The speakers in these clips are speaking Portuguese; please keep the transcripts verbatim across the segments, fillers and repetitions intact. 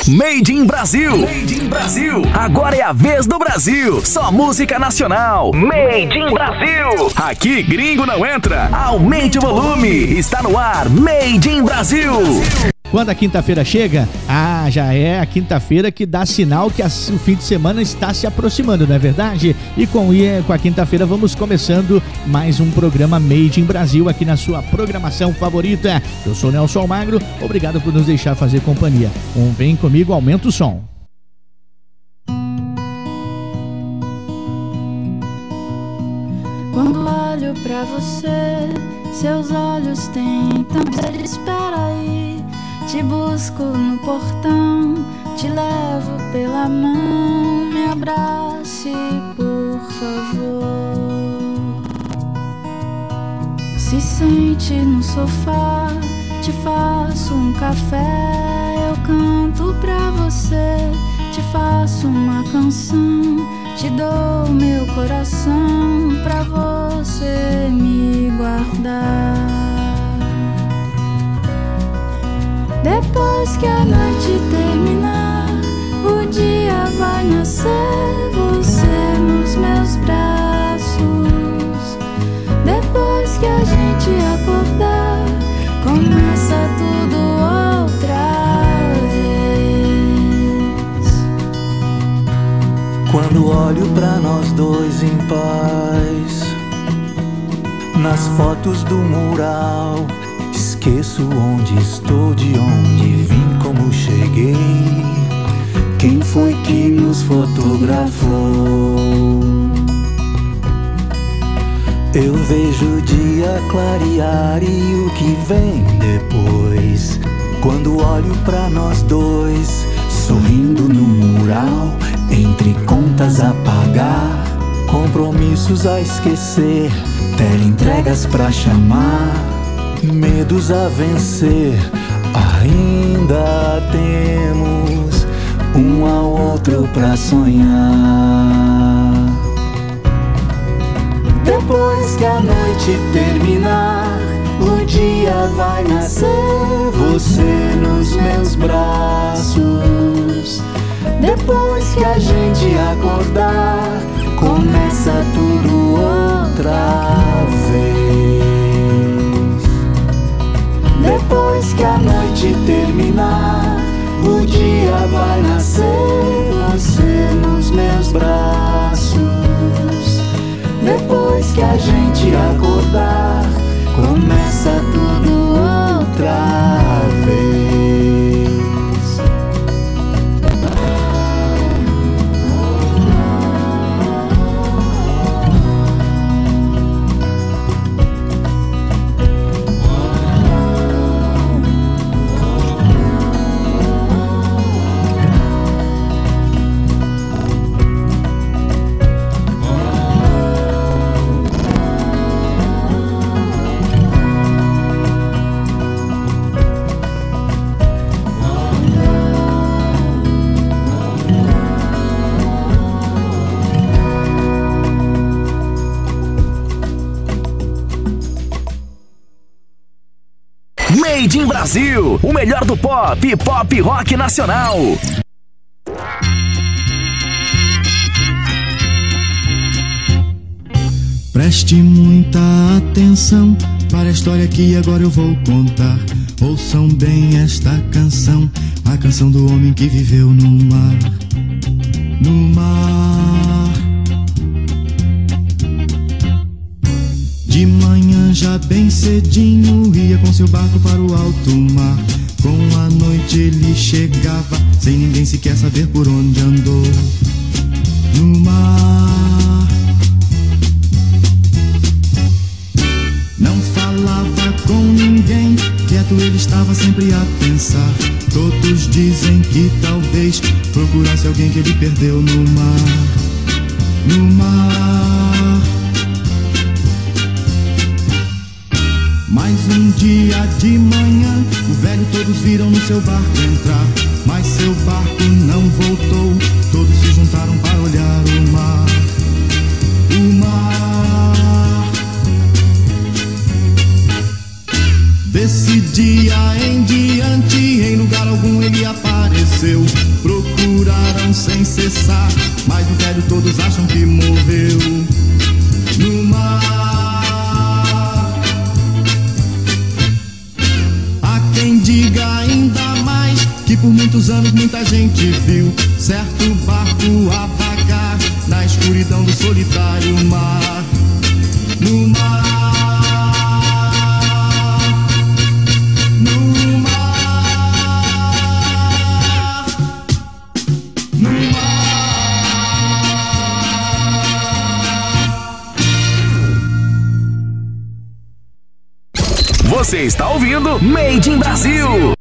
Made in Brasil. Made in Brasil. Agora é a vez do Brasil. Só música nacional. Made in Brasil. Aqui gringo não entra. Aumente o volume. Está no ar. Made in Brasil. Quando a quinta-feira chega, ah, já é a quinta-feira que dá sinal que a, o fim de semana está se aproximando, não é verdade? E com, com a quinta-feira vamos começando mais um programa Made in Brasil aqui na sua programação favorita. Eu sou Nelson Almagro, obrigado por nos deixar fazer companhia. Um vem comigo, aumenta o som. Quando olho pra você, seus olhos têm tanto de espera aí. Te busco no portão, te levo pela mão, me abrace, por favor. Se sente no sofá, te faço um café, eu canto pra você, te faço uma canção, te dou meu coração pra você me guardar. Depois que a noite terminar, o dia vai nascer, você nos meus braços. Depois que a gente acordar, começa tudo outra vez. Quando olho pra nós dois em paz, nas fotos do mural, esqueço onde estou, de onde vim, como cheguei, quem foi que nos fotografou. Eu vejo o dia clarear e o que vem depois. Quando olho pra nós dois, sorrindo no mural, entre contas a pagar, compromissos a esquecer, teleentregas pra chamar, medos a vencer, ainda temos um ao outro pra sonhar. Depois que a noite terminar, o dia vai nascer, você nos meus braços. Depois que a gente acordar, começa tudo outra vez. Depois que a noite terminar, o dia vai nascer, você nos meus braços. Depois que a gente acordar, começa tudo outra vez. Made in Brasil, o melhor do pop e pop rock nacional. Preste muita atenção para a história que agora eu vou contar. Ouçam bem esta canção, a canção do homem que viveu no mar. No mar. De manhã já bem cedinho ia com seu barco para o alto mar. Com a noite ele chegava, sem ninguém sequer saber por onde andou. No mar. Não falava com ninguém, quieto ele estava sempre a pensar. Todos dizem que talvez procurasse alguém que ele perdeu no mar. No mar. Mas um dia de manhã, o velho todos viram no seu barco entrar. Mas seu barco não voltou, todos se juntaram para olhar o mar. O mar. Desse dia em diante, em lugar algum ele apareceu. faleceu. Procuraram sem cessar, mas o velho todos acham que morreu no mar. Há quem diga ainda mais que por muitos anos muita gente viu certo barco a vagar na escuridão do solitário mar. No mar, no mar, no mar. Você está ouvindo Made in Brasil.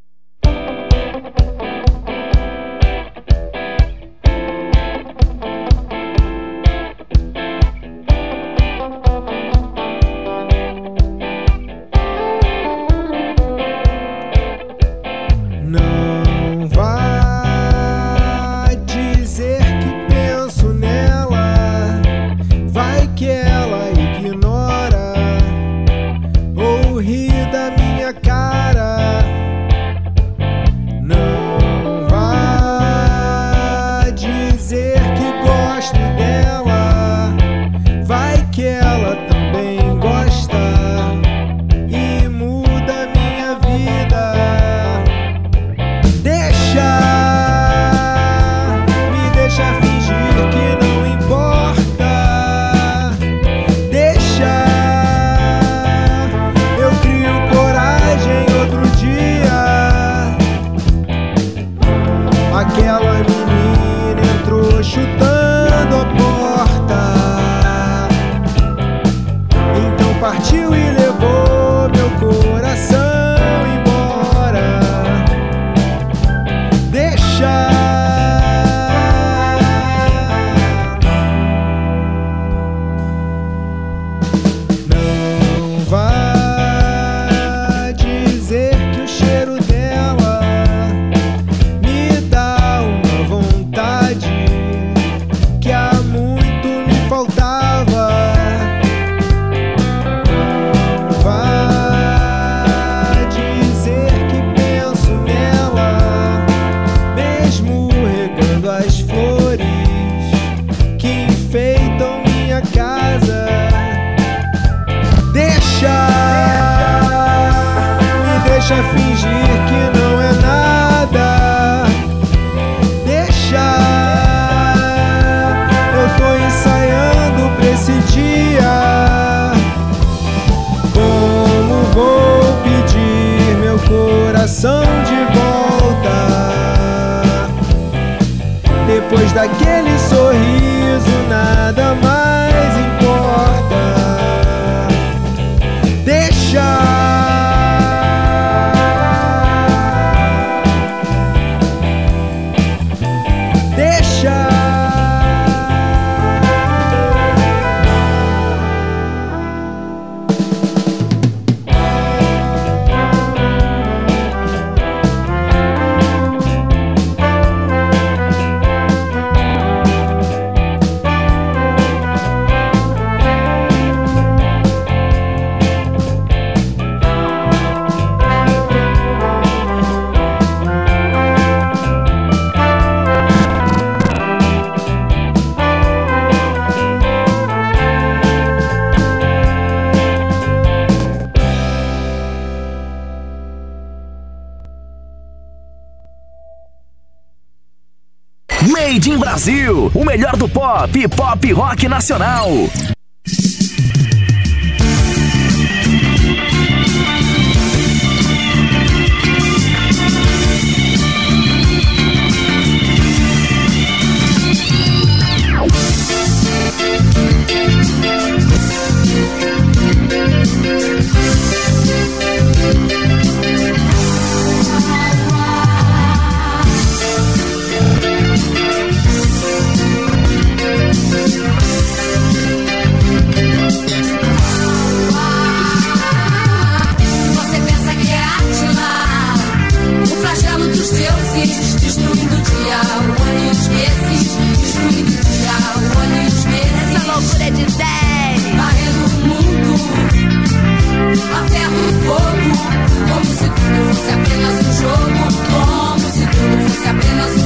Depois daquele sorriso, nada mais importa. Deixa. Made in Brasil, o melhor do pop e pop rock nacional. Destruindo o dia, o ano e os meses. Destruindo o dia, o ano e os meses. Essa loucura é de dez. Varrendo o mundo a ferro e fogo. Como se tudo fosse apenas um jogo. Como se tudo fosse apenas um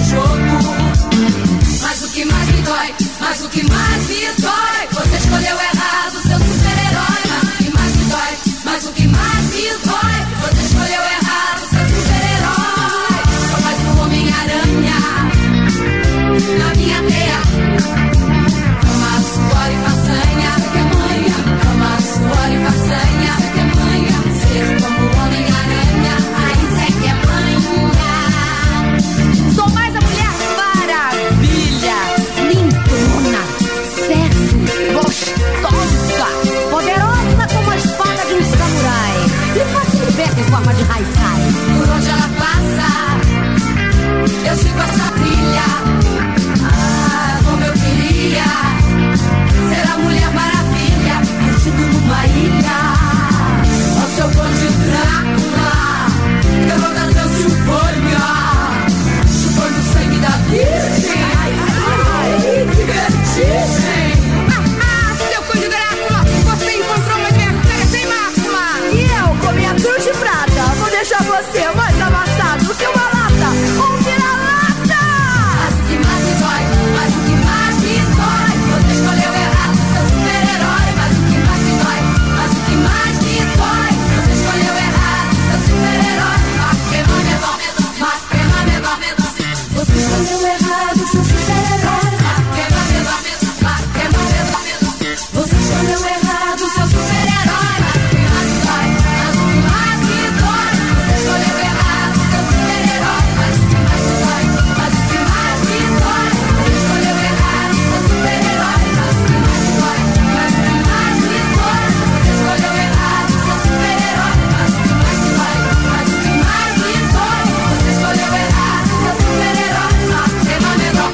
eu sigo essa trilha. Ah, como eu queria ser a Mulher Maravilha, curtindo numa ilha ao seu conde Drácula, terror da Transilvânia, chupando o sangue da Virgem. Ai, ai, ai, que vertigem. Seu conde Drácula, você encontrou uma adversária sem mácula. E eu, com minha cruz de prata, vou deixar você mais amassado que uma lata, um vira-lata. Mas o que mais me dói, mas o que mais me dói, você escolheu errado seu super-herói. Mas o que mais me dói, mas o que mais me dói, você escolheu errado seu super-herói. Mas que não me dói, mas que não me dói, você escolheu errado seu super-herói. Mas que não me dói, mas que não me dói, você escolheu errado seu super-herói. Mas o que mais me dói, mas o que mais me dói, você escolheu errado seu super-herói. Mas o que mais me dói, mas o que mais me dói, você escolheu errado seu super-herói. Mas o que mais me dói, mas o que mais me dói, você escolheu errado seu super-herói. Mas o que mais me dói, mas o que mais me dói, você escolheu errado seu super-herói. Mas que não me dói.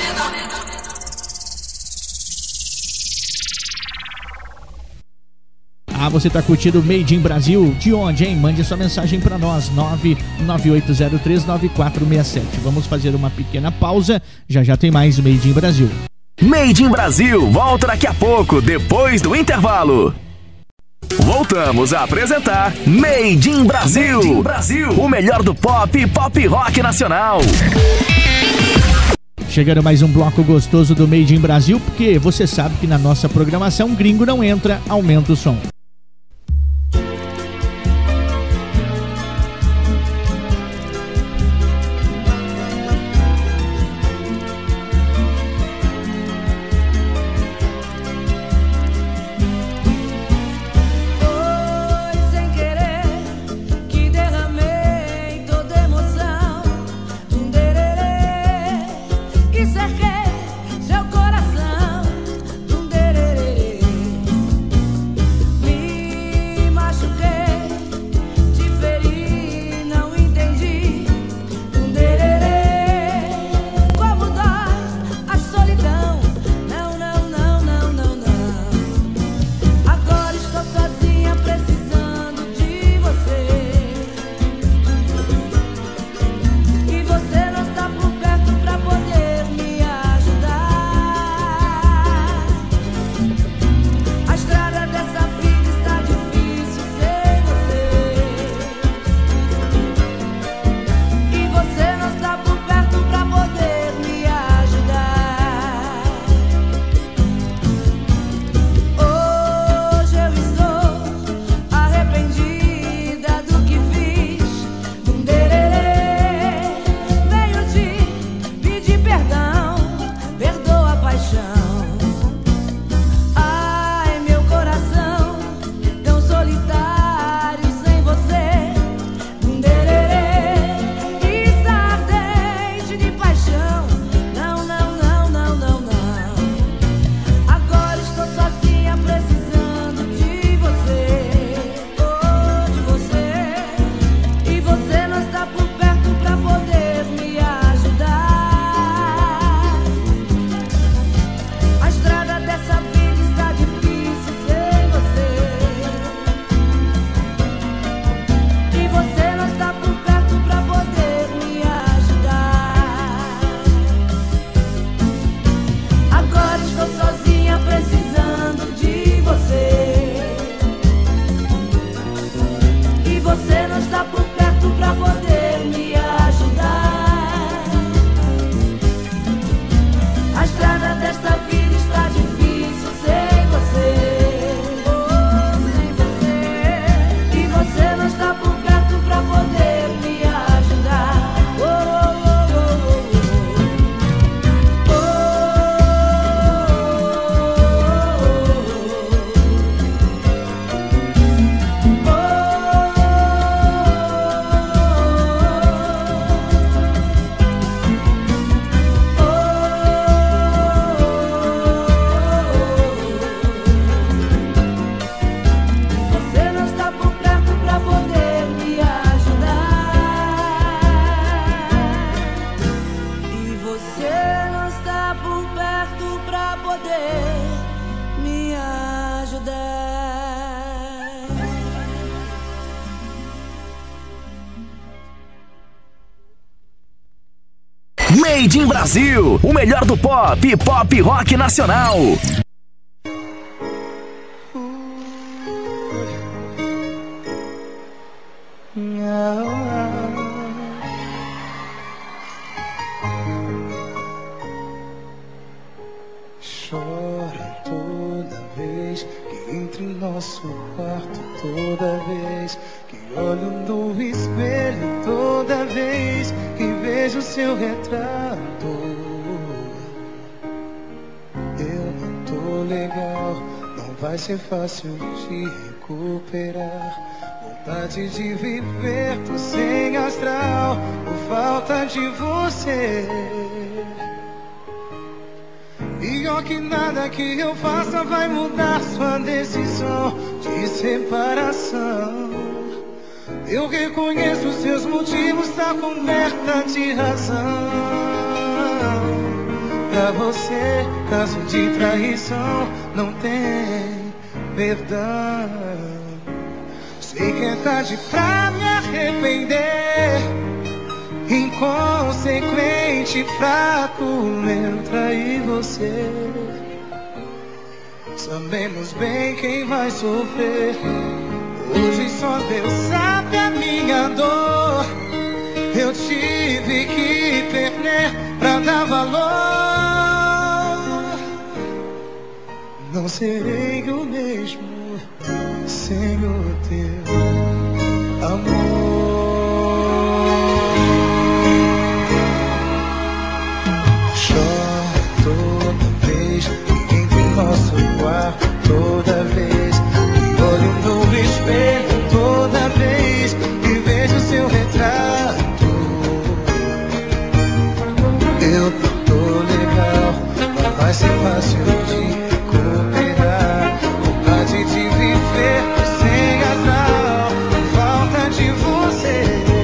Ah, você tá curtindo o Made in Brasil? De onde, hein? Mande sua mensagem para nós, nove nove oito zero três nove quatro seis sete. Vamos fazer uma pequena pausa, já já tem mais Made in Brasil. Made in Brasil volta daqui a pouco, depois do intervalo. Voltamos a apresentar Made in Brasil, Made in Brasil, o melhor do pop e pop rock nacional. Chegando mais um bloco gostoso do Made in Brasil, porque você sabe que na nossa programação gringo não entra, aumenta o som. Me poder me ajudar. Made in Brasil, o melhor do pop e pop rock nacional. Chora toda vez que entro em nosso quarto, toda vez que olho no espelho, toda vez que vejo seu retrato. Eu não tô legal, não vai ser fácil de recuperar. Vontade de viver, tô sem astral por falta de você. Pior que nada que eu faça vai mudar sua decisão de separação. Eu reconheço seus motivos, tá coberta de razão. Pra você, caso de traição, não tem perdão. Sei que é tarde pra me arrepender. Inconsequente, fraco, eu traí você. Sabemos bem quem vai sofrer. Hoje só Deus sabe a minha dor. Eu tive que perder pra dar valor. Não serei o mesmo sem o teu amor. Chora toda vez que entro em nosso quarto, toda vez que olho no espelho, toda vez que vejo seu retrato. Eu não tô legal, não vai ser fácil de recuperar. Vontade de viver sem astral, falta de você.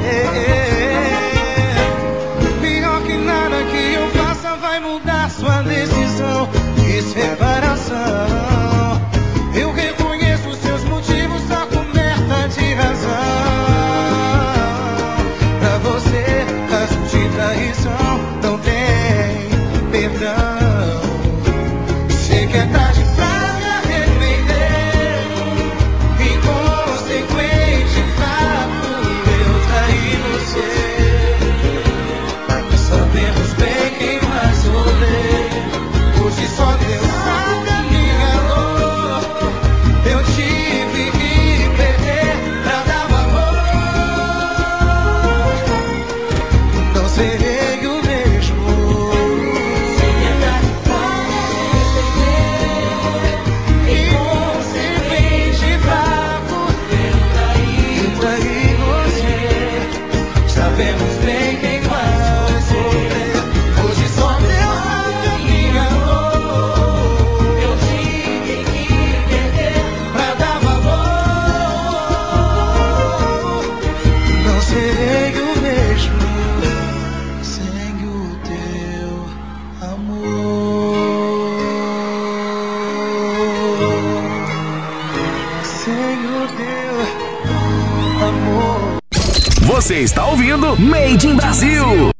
Pior que nada que eu faça vai mudar sua decisão de separação. Eu reconheço seus motivos, tá coberta de razão. Pra você, caso de traição, não tem perdão. Sei que é tarde pra me arrepender. Inconsequente, fraco, eu traí você. Sabemos bem quem vai sofrer. Hoje só Deus sabe a minha dor. Eu tive que perder pra dar valor. Não serei o mesmo. Inconsequente, fraco, eu traí você. Sabemos bem quem vai sofrer. Hoje só Deus sabe a minha dor. Eu tive que perder pra dar valor. Não serei o mesmo sem o teu amor. Sem o teu amor. Você está ouvindo Made in Brasil.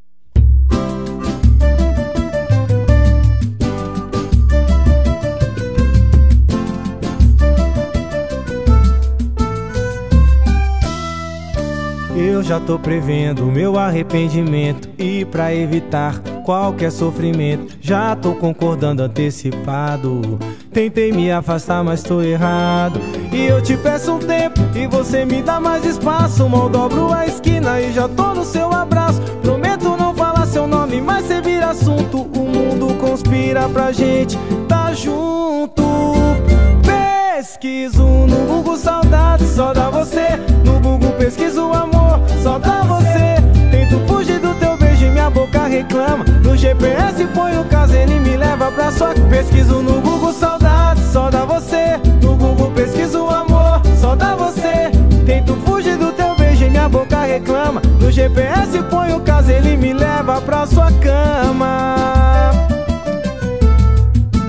Eu já tô prevendo o meu arrependimento e pra evitar qualquer sofrimento, já tô concordando antecipado. Tentei me afastar, mas tô errado. E eu te peço um tempo e você me dá mais espaço. Mal dobro a esquina e já tô no seu abraço. Prometo não falar seu nome, mas cê vira assunto. O mundo conspira pra gente tá junto. Pesquiso no Google saudade, só dá você. No Google pesquiso amor, só dá você. Tento fugir do teu beijo e minha boca reclama. No G P S põe o caso, ele me leva pra sua. Pesquiso no Google saudade, só dá você. No Google pesquiso amor, só dá você. Tento fugir do teu beijo e minha boca reclama. No G P S põe o caso, ele me leva pra sua cama.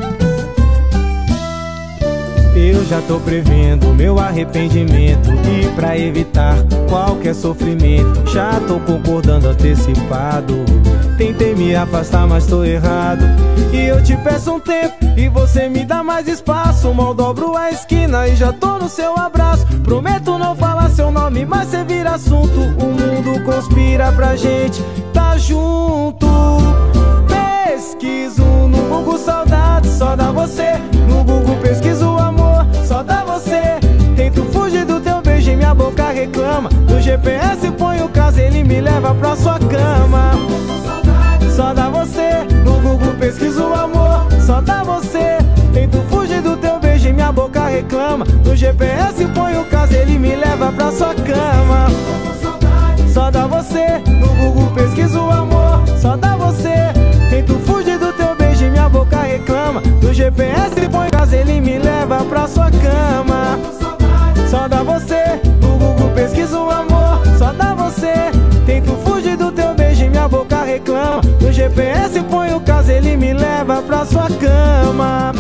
Eu já tô prevendo meu arrependimento e pra evitar qualquer sofrimento já tô concordando antecipado. Tentei me afastar, mas tô errado. E eu te peço um tempo e você me dá mais espaço. Mal dobro a esquina e já tô no seu abraço. Prometo não falar seu nome, mas cê vira assunto. O mundo conspira pra gente tá junto. Pesquiso no Google saudade, só dá você. No Google pesquiso amor, só dá você. Tento fugir do teu beijo e minha boca reclama. No G P S põe o caso, ele me leva pra sua cama. Só dá você, no Google pesquiso amor, só dá você. Tento fugir do teu beijo e minha boca reclama. No G P S põe o caso, ele me leva pra sua cama. Só dá você, no Google pesquiso amor, só dá você. Tento fugir do teu beijo e minha boca reclama. No G P S põe o caso, ele me leva pra sua cama. Só dá você, no Google pesquiso amor, só dá você. Tento fugir do teu beijo e minha boca reclama. No G P S põe o caso, ele me leva pra sua cama.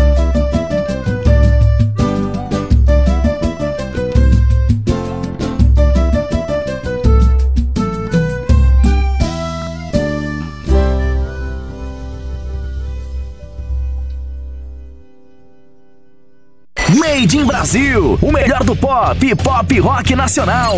Made in Brasil, o melhor do pop e pop rock nacional.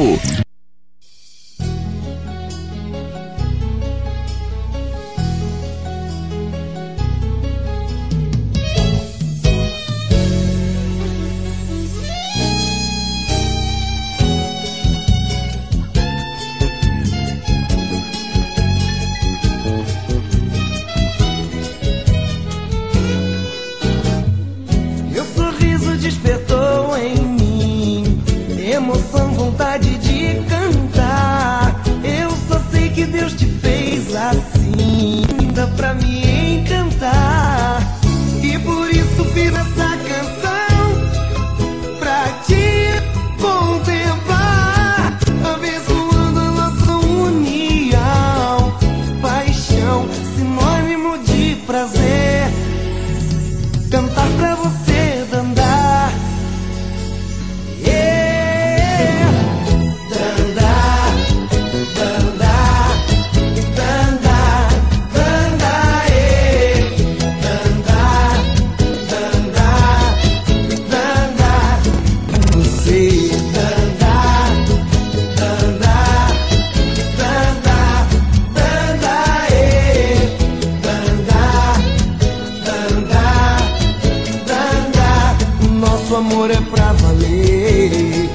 Despertou em mim emoção, vontade de cantar. Eu só sei que Deus te fez assim, ainda pra me encantar. E por isso fiz essa canção pra te contemplar, abençoando a nossa união. Paixão, sinônimo de prazer. Cantar pra você amor é pra valer.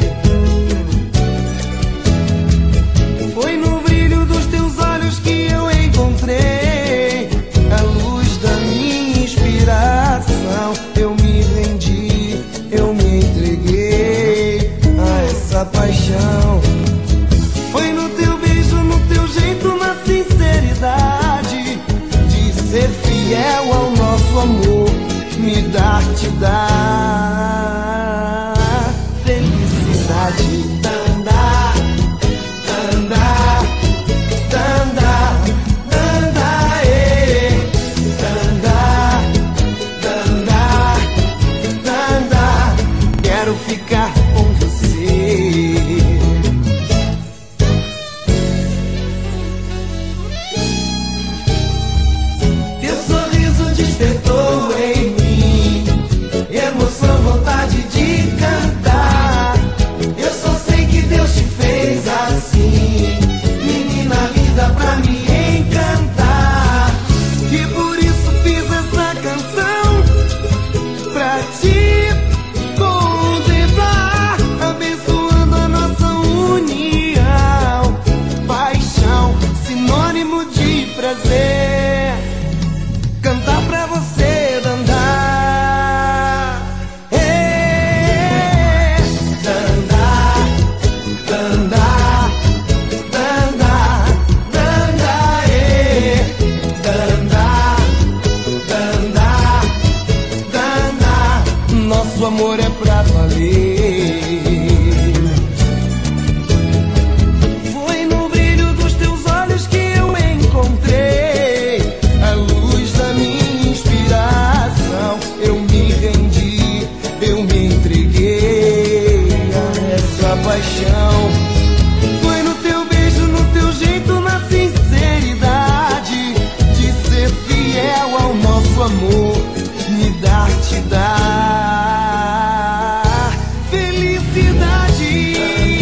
Foi no brilho dos teus olhos que eu encontrei a luz da minha inspiração. Eu me rendi, eu me entreguei a essa paixão. Foi no teu beijo, no teu jeito, na sinceridade de ser fiel ao nosso amor, me dar, te dar felicidade. Tandá, tandá, tandá, tandá, ê. Tandá, tandá, tandá. Quero ficar com você. Teu sorriso despertou em mim emoção, vontade de cantar. Eu só sei que Deus te fez assim, menina, vida pra me encantar. E por isso fiz essa canção pra te contemplar, abençoando a nossa união. Paixão, sinônimo de prazer. Cantar pra você, dandar. Ei, dandar, dandar, dandar, dandar, ei, dandar, dandar, dandar. Nosso amor é pra valer. Foi no brilho dos teus olhos que eu encontrei amor me dar, te dar felicidade.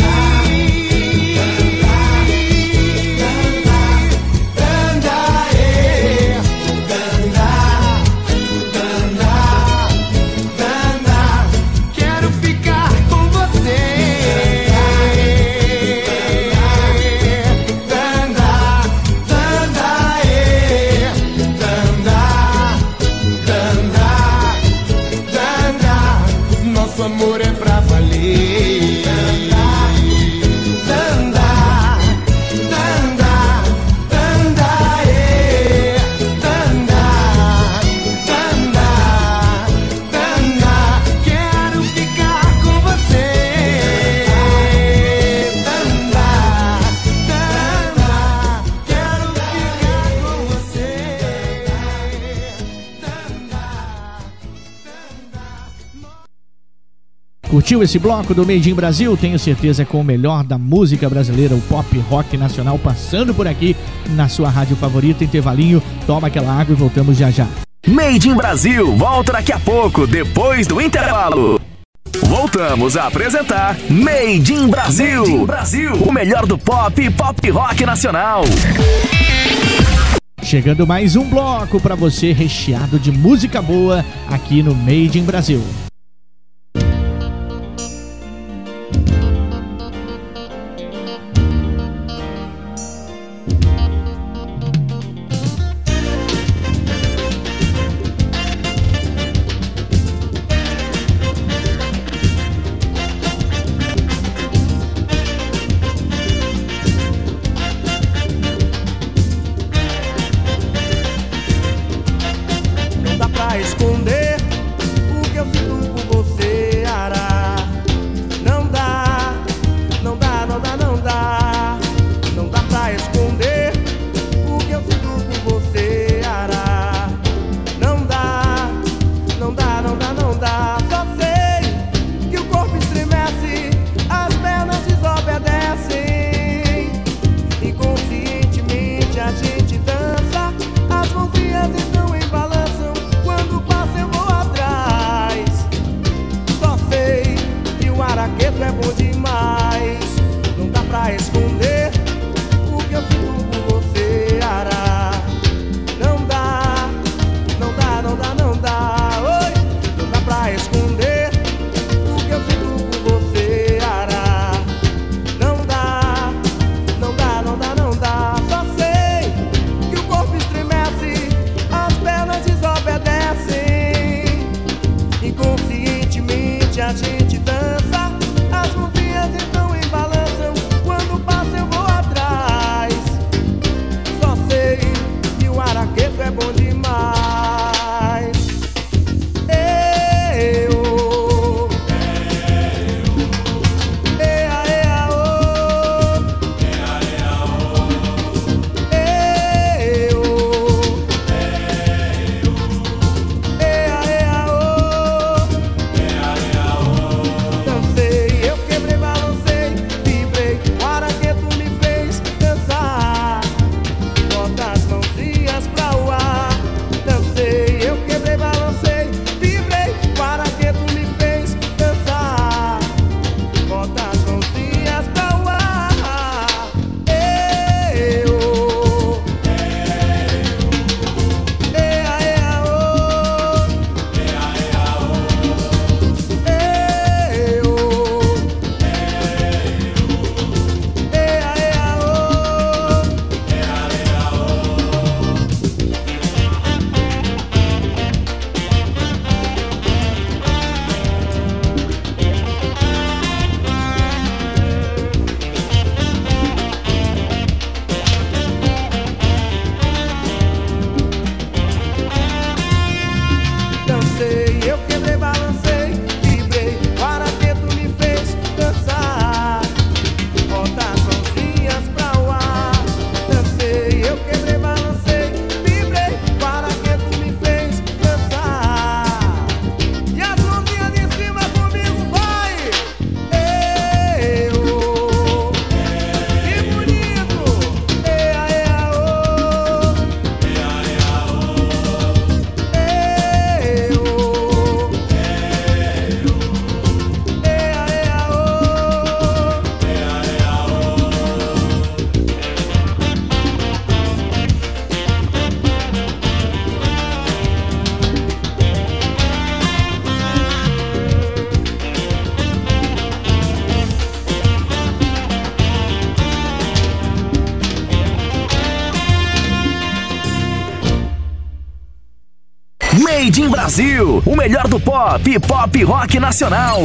Amor é pra valer. Danda, danda, danda, é. Danda, danda, danda. Quero ficar com você. Danda, danda. Quero ficar com você. Danda, danda. Curtiu esse bloco do Made in Brasil? Tenho certeza com o melhor da música brasileira, o pop rock nacional, passando por aqui na sua rádio favorita. Intervalinho, toma aquela água e voltamos já já. Made in Brasil volta daqui a pouco, depois do intervalo. Voltamos a apresentar Made in Brasil, Made in Brasil, o melhor do pop e pop rock nacional. Chegando mais um bloco para você recheado de música boa aqui no Made in Brasil. Esconder o que eu sinto Made in Brasil, o melhor do pop e pop rock nacional.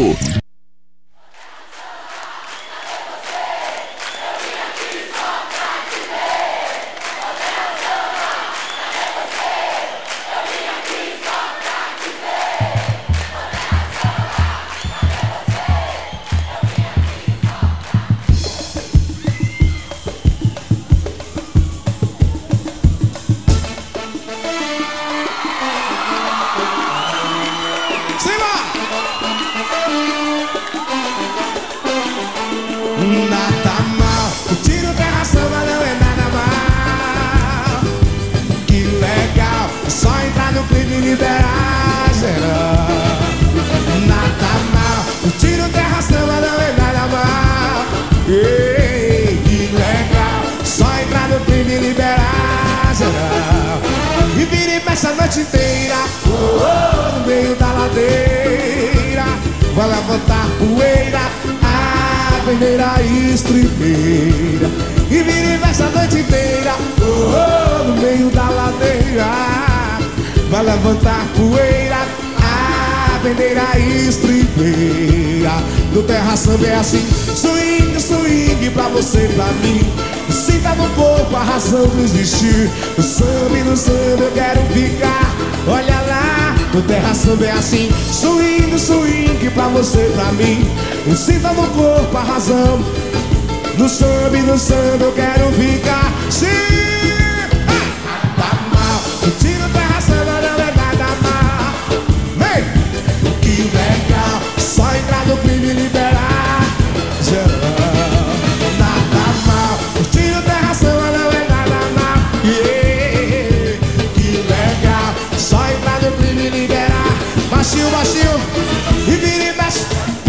Estribeira e vira e vai essa noite inteira, oh, oh, no meio da ladeira. Vai levantar poeira, a bandeira estribeira. No terra samba é assim, swing, swing pra você e pra mim. Sinta no corpo a razão de existir. No samba e no samba eu quero ficar. Olha lá, no terra samba é assim, swing, swing pra você e pra mim. Sinta no corpo a razão. No samba e no samba eu quero ficar. Sim, ah, tá mal. Curtindo terra samba não é nada mal. Vem, que legal. Só entrar no crime e liberar geral. Nada mal. Curtindo terra samba não é nada mal. Yeah, que legal. Só entrar no crime e liberar. Baixinho, baixinho. E vira e mexe.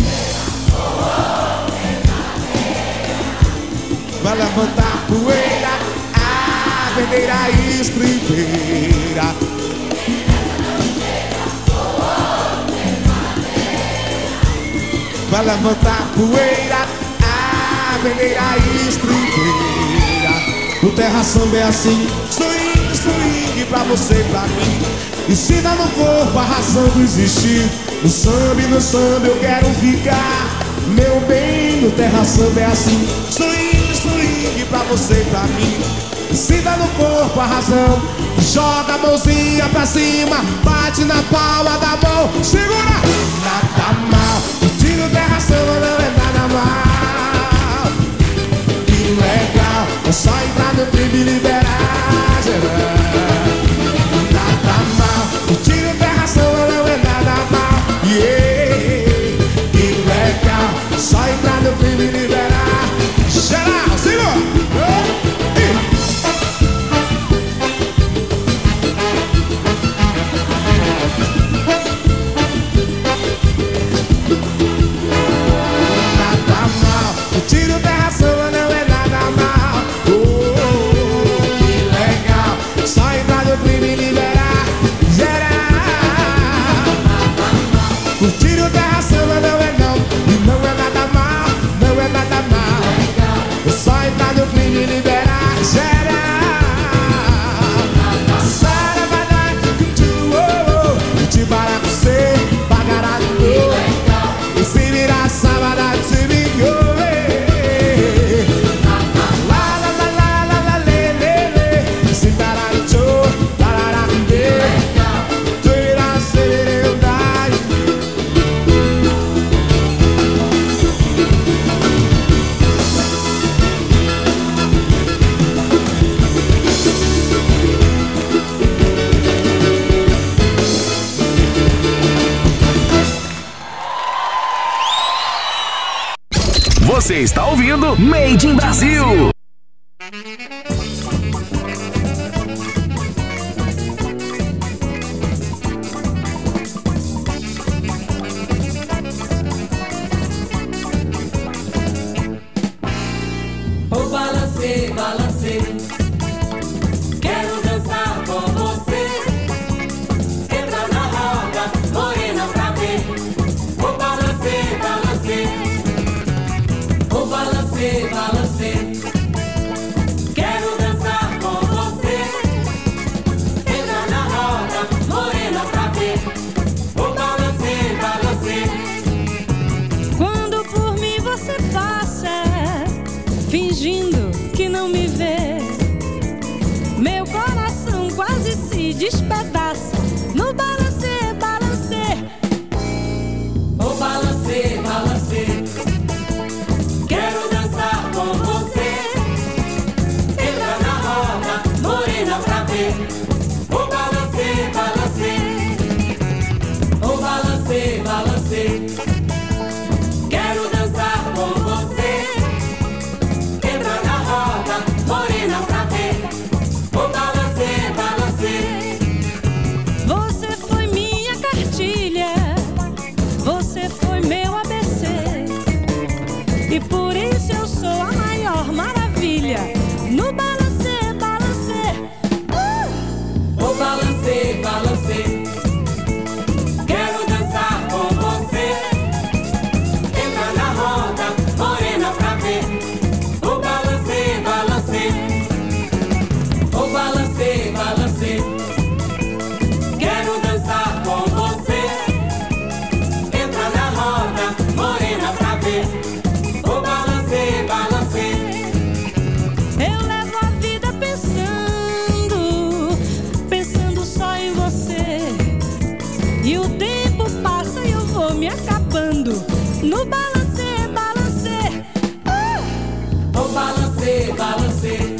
Vai levantar poeira, a bandeira estribeira. Vai levantar poeira, a bandeira estribeira. No terra samba é assim, swing, swing pra você e pra mim. Ensina no corpo a razão de existir. No samba e no samba eu quero ficar. Meu bem, no terra samba é assim, swing, swing pra você e pra mim. Sinta no corpo a razão. Joga a mãozinha pra cima, bate na palma da mão. Segura! Nada mal. Tiro terra samba não é nada mal. Que legal. É só entrar no crime e liberar geral. Nada mal. Tiro terra samba não é nada mal. Yeah, que legal. Só entrar no crime e liberar geral. Segura! Você está ouvindo Made in Brasil. Oh, balancei, balancei. Quero dançar com você. Entra na roda, morena pra ver. Oh, balancei, balancei. Oh, balancei, balancei. despedaça no balancê, balancê. O balancê, balancê, quero dançar com você. Entra na roda, morena pra ver. O balancê, balancê, o balancê, balancê, quero dançar com você. Entra na roda, morena pra ver. O balancê, balancê. Você foi minha cartilha, você foi meu A B C, e por isso eu sou a maior maravilha no balancê, balancê. Uh! O balancê, balancê, quero dançar com você. Entra na roda, morena pra ver. O balancê, balancê, o balancê, balancê, quero dançar com você. Entra na roda, morena pra ver. O balancê, balancê. Eu levo a vida pensando, pensando só em você. E o tempo passa e eu vou me acabando no balancê, balancê. Uh! O balancê, balancê,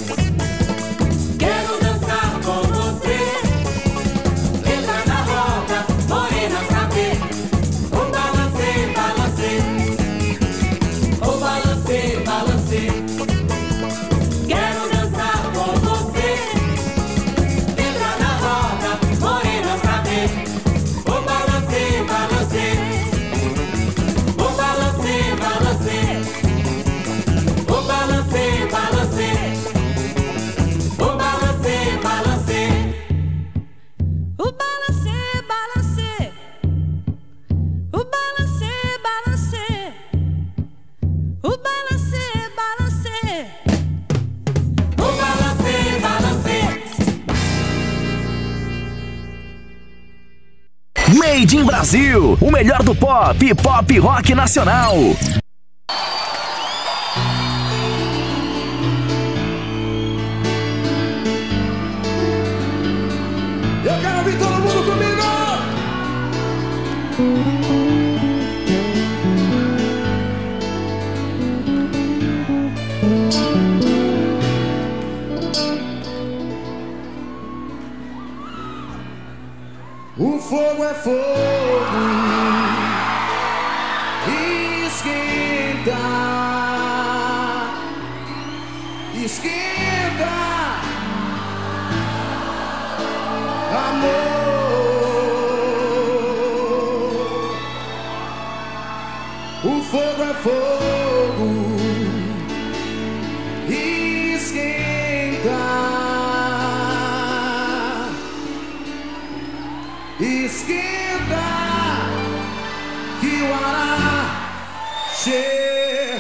quero dançar com você. Entra na roda, morena pra ver. O balancê, balancê, o balancê, balancê, quero dançar com você. Entra na roda, morena pra ver. O balancê, balancê, o balancê, balancê, o balancê, balancê, o balancê, balancê. O balancê, balancê, o balancê, balancê, o balancê, balancê, O balancê, balancê. Made in Brasil, o melhor do pop e pop rock nacional. Eu quero ouvir todo mundo comigo! O fogo é fogo, esquenta, esquenta, amor. O fogo é fogo, esquenta. Esquenta, que o ar chegou.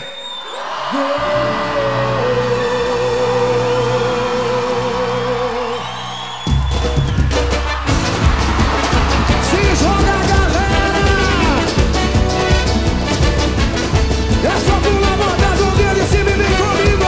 Se joga, galera! É só pular, botar o dedo e se beber comigo.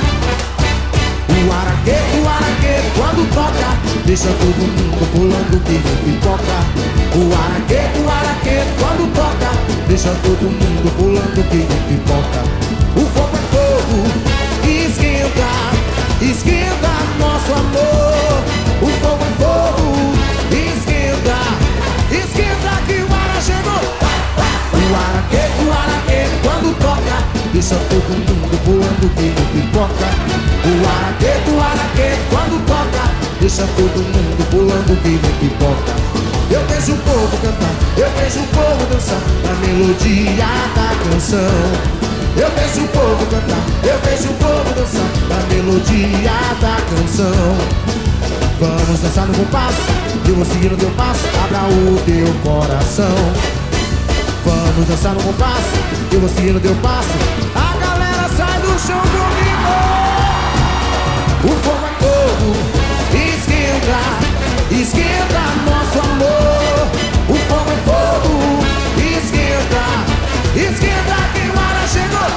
O araqueto, o araqueto, quando toca, deixa todo mundo pulando que nem pipoca. O araqueto, o araqueto, quando toca, deixa todo mundo pulando que nem pipoca. O fogo é fogo, esquenta, esquenta nosso amor. O fogo é fogo, esquenta, esquenta que o ara chegou. O araqueto, o araqueto, quando toca, deixa todo mundo pulando que nem pipoca. O araqueto, o araqueto, quando toca, deixa todo mundo pulando que nem pipoca. Eu vejo o povo cantar, eu vejo o povo dançar na melodia da canção. Eu vejo o povo cantar, eu vejo o povo dançar na melodia da canção. Vamos dançar no compasso, eu vou seguir o teu passo, abra o teu coração. Vamos dançar no compasso, eu vou seguir o teu passo, a galera sai do chão comigo. O fogo é fogo, esquenta, esquenta nosso amor. O fogo é fogo, esquenta, esquenta que o ara chegou.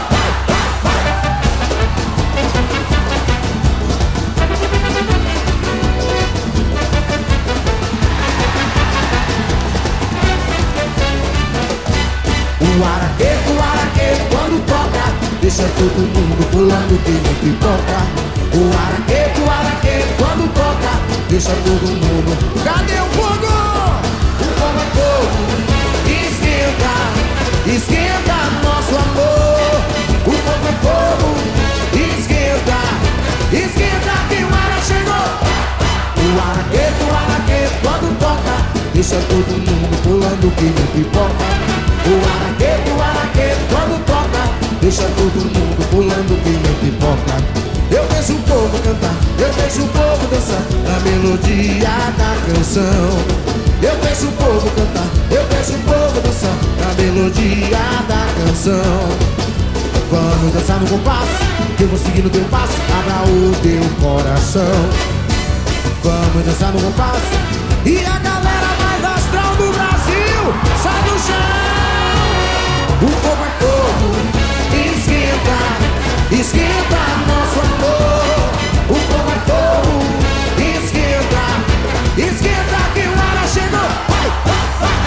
deixa todo mundo pulando que nem pipoca. O araqueto, o araqueto, quando toca, deixa todo mundo. Cadê o fogo? O fogo é fogo, esquenta, esquenta nosso amor. O fogo é fogo, esquenta, esquenta que o ara chegou. O araqueto, o araqueto, quando toca, deixa todo mundo pulando que nem pipoca. O araqueto, o araqueto, quando toca, deixa todo mundo pulando que nem pipoca. Eu vejo o povo cantar, eu vejo o povo dançar na melodia da canção. Eu vejo o povo cantar, eu vejo o povo dançar na melodia da canção. Vamos dançar no compasso, que eu vou seguir no teu passo, abra o teu coração. Vamos dançar no compasso, e a galera mais astral do Brasil sai do chão. O fogo é fogo, esquenta, esquenta nosso amor. O fogo é fogo, esquenta, esquenta que o ara chegou. Vai, vai, vai.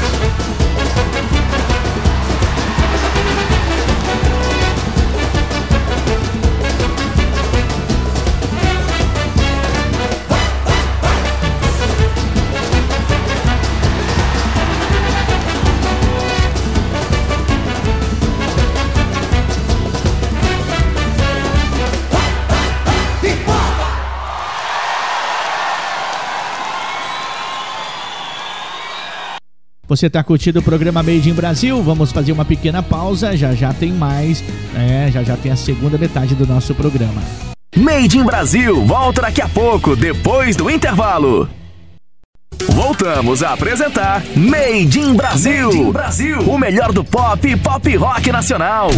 Você está curtindo o programa Made in Brasil? Vamos fazer uma pequena pausa, já já tem mais, é, já já tem a segunda metade do nosso programa. Made in Brasil volta daqui a pouco, depois do intervalo. Voltamos a apresentar Made in Brasil, Made in Brasil, o melhor do pop e pop rock nacional.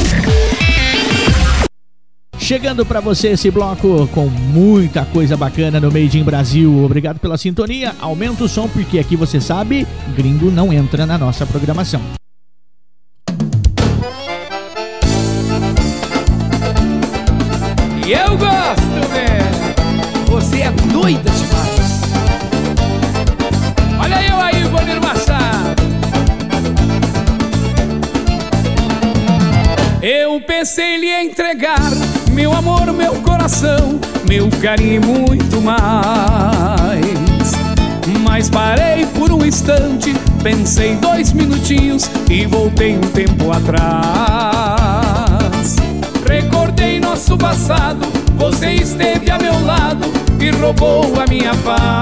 Chegando para você esse bloco com muita coisa bacana no Made in Brasil. Obrigado pela sintonia. Aumenta o som porque aqui você sabe, gringo não entra na nossa programação. E eu gosto, velho. Você é doida demais. Olha eu aí, Bonito Machado. Eu pensei em lhe entregar meu amor, meu coração, meu carinho e muito mais. Mas parei por um instante, pensei dois minutinhos e voltei um tempo atrás. Recordei nosso passado, você esteve a meu lado e roubou a minha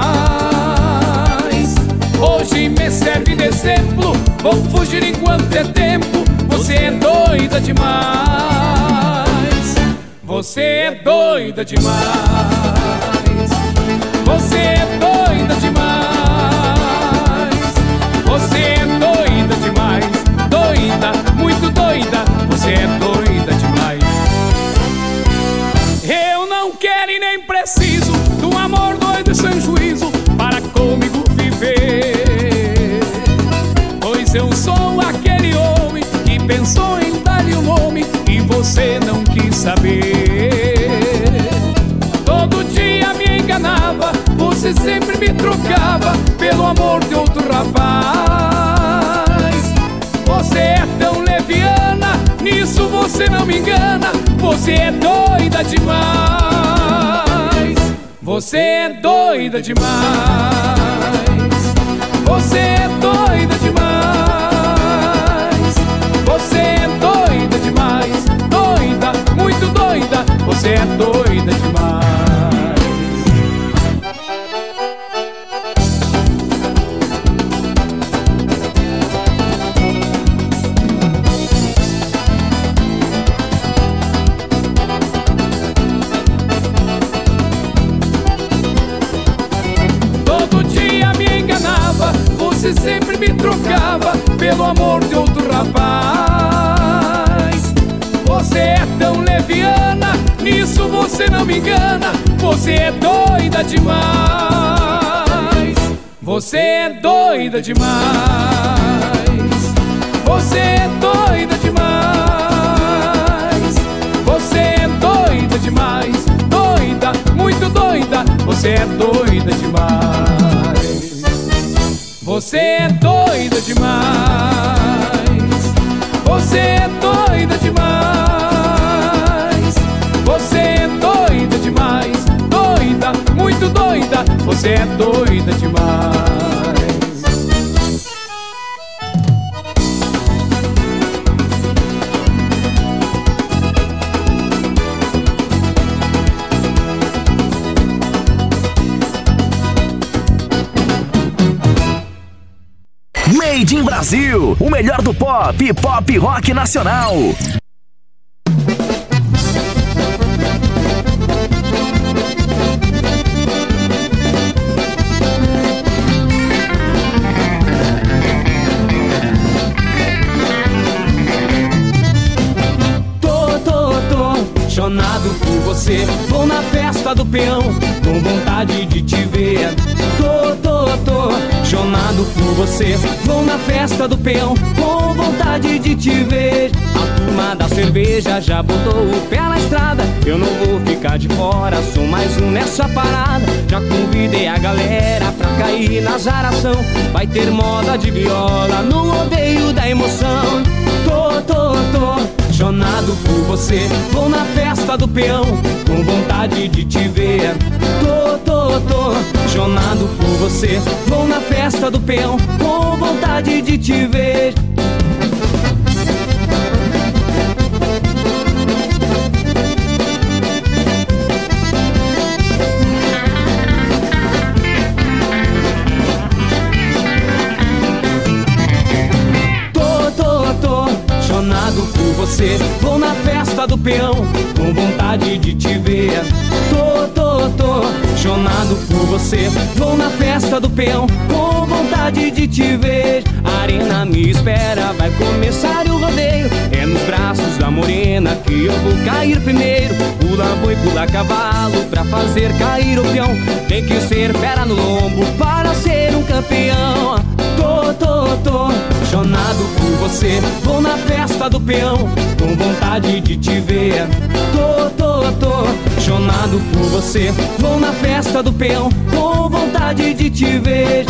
paz. Hoje me serve de exemplo, vou fugir enquanto é tempo. Você é doida demais. Você é doida demais. Você é doida demais. Você é doida demais. Doida, muito doida. Você é doida demais. Eu não quero e nem preciso de um amor doido e sem juízo para comigo viver. Pois eu sou aquele homem que pensou em dar-lhe um nome e você não quis saber. Todo dia me enganava, você sempre me trocava pelo amor de outro rapaz. Você é tão leviana, nisso você não me engana. Você é doida demais. Você é doida demais. Você é doida demais. Você é doida demais. Doida, muito doida. Você é doida demais. Todo dia me enganava, você sempre me trocava pelo amor de outro rapaz. Você é tão leviana, nisso você não me engana. Você é doida demais. Você é doida demais. Você é doida demais. Você é doida demais. Doida, muito doida. Você é doida demais. Você é doida demais. Você é doida demais. muito doida, você é doida demais. Made in Brasil, o melhor do pop e pop rock nacional. Tô, tô, tô apaixonado por você. Vou na festa do peão com vontade de te ver. Tô, tô, tô apaixonado por você. Vou na festa do peão com vontade de te ver. A turma da cerveja já botou o pé na estrada. Eu não vou ficar de fora, sou mais um nessa parada. Já convidei a galera pra cair na zaração. Vai ter moda de viola no rodeio da emoção. Tô, tô, tô apaixonado por você. Vou na festa do peão com vontade de te ver. Tô, tô, tô apaixonado por você. Vou na festa do peão com vontade de te ver. Por você, vou na festa do peão com vontade de te ver. Tô, tô, tô apaixonado por você. Vou na festa do peão com vontade de te ver. A arena me espera, vai começar o rodeio. É nos braços da morena que eu vou cair primeiro. Pula boi, pula cavalo pra fazer cair o peão. Tem que ser fera no lombo para ser um campeão. Tô, tô, tô apaixonado por você. Vou na festa do peão com vontade de te ver. Tô, tô, tô apaixonado por você. Vou na festa do peão com vontade de te ver.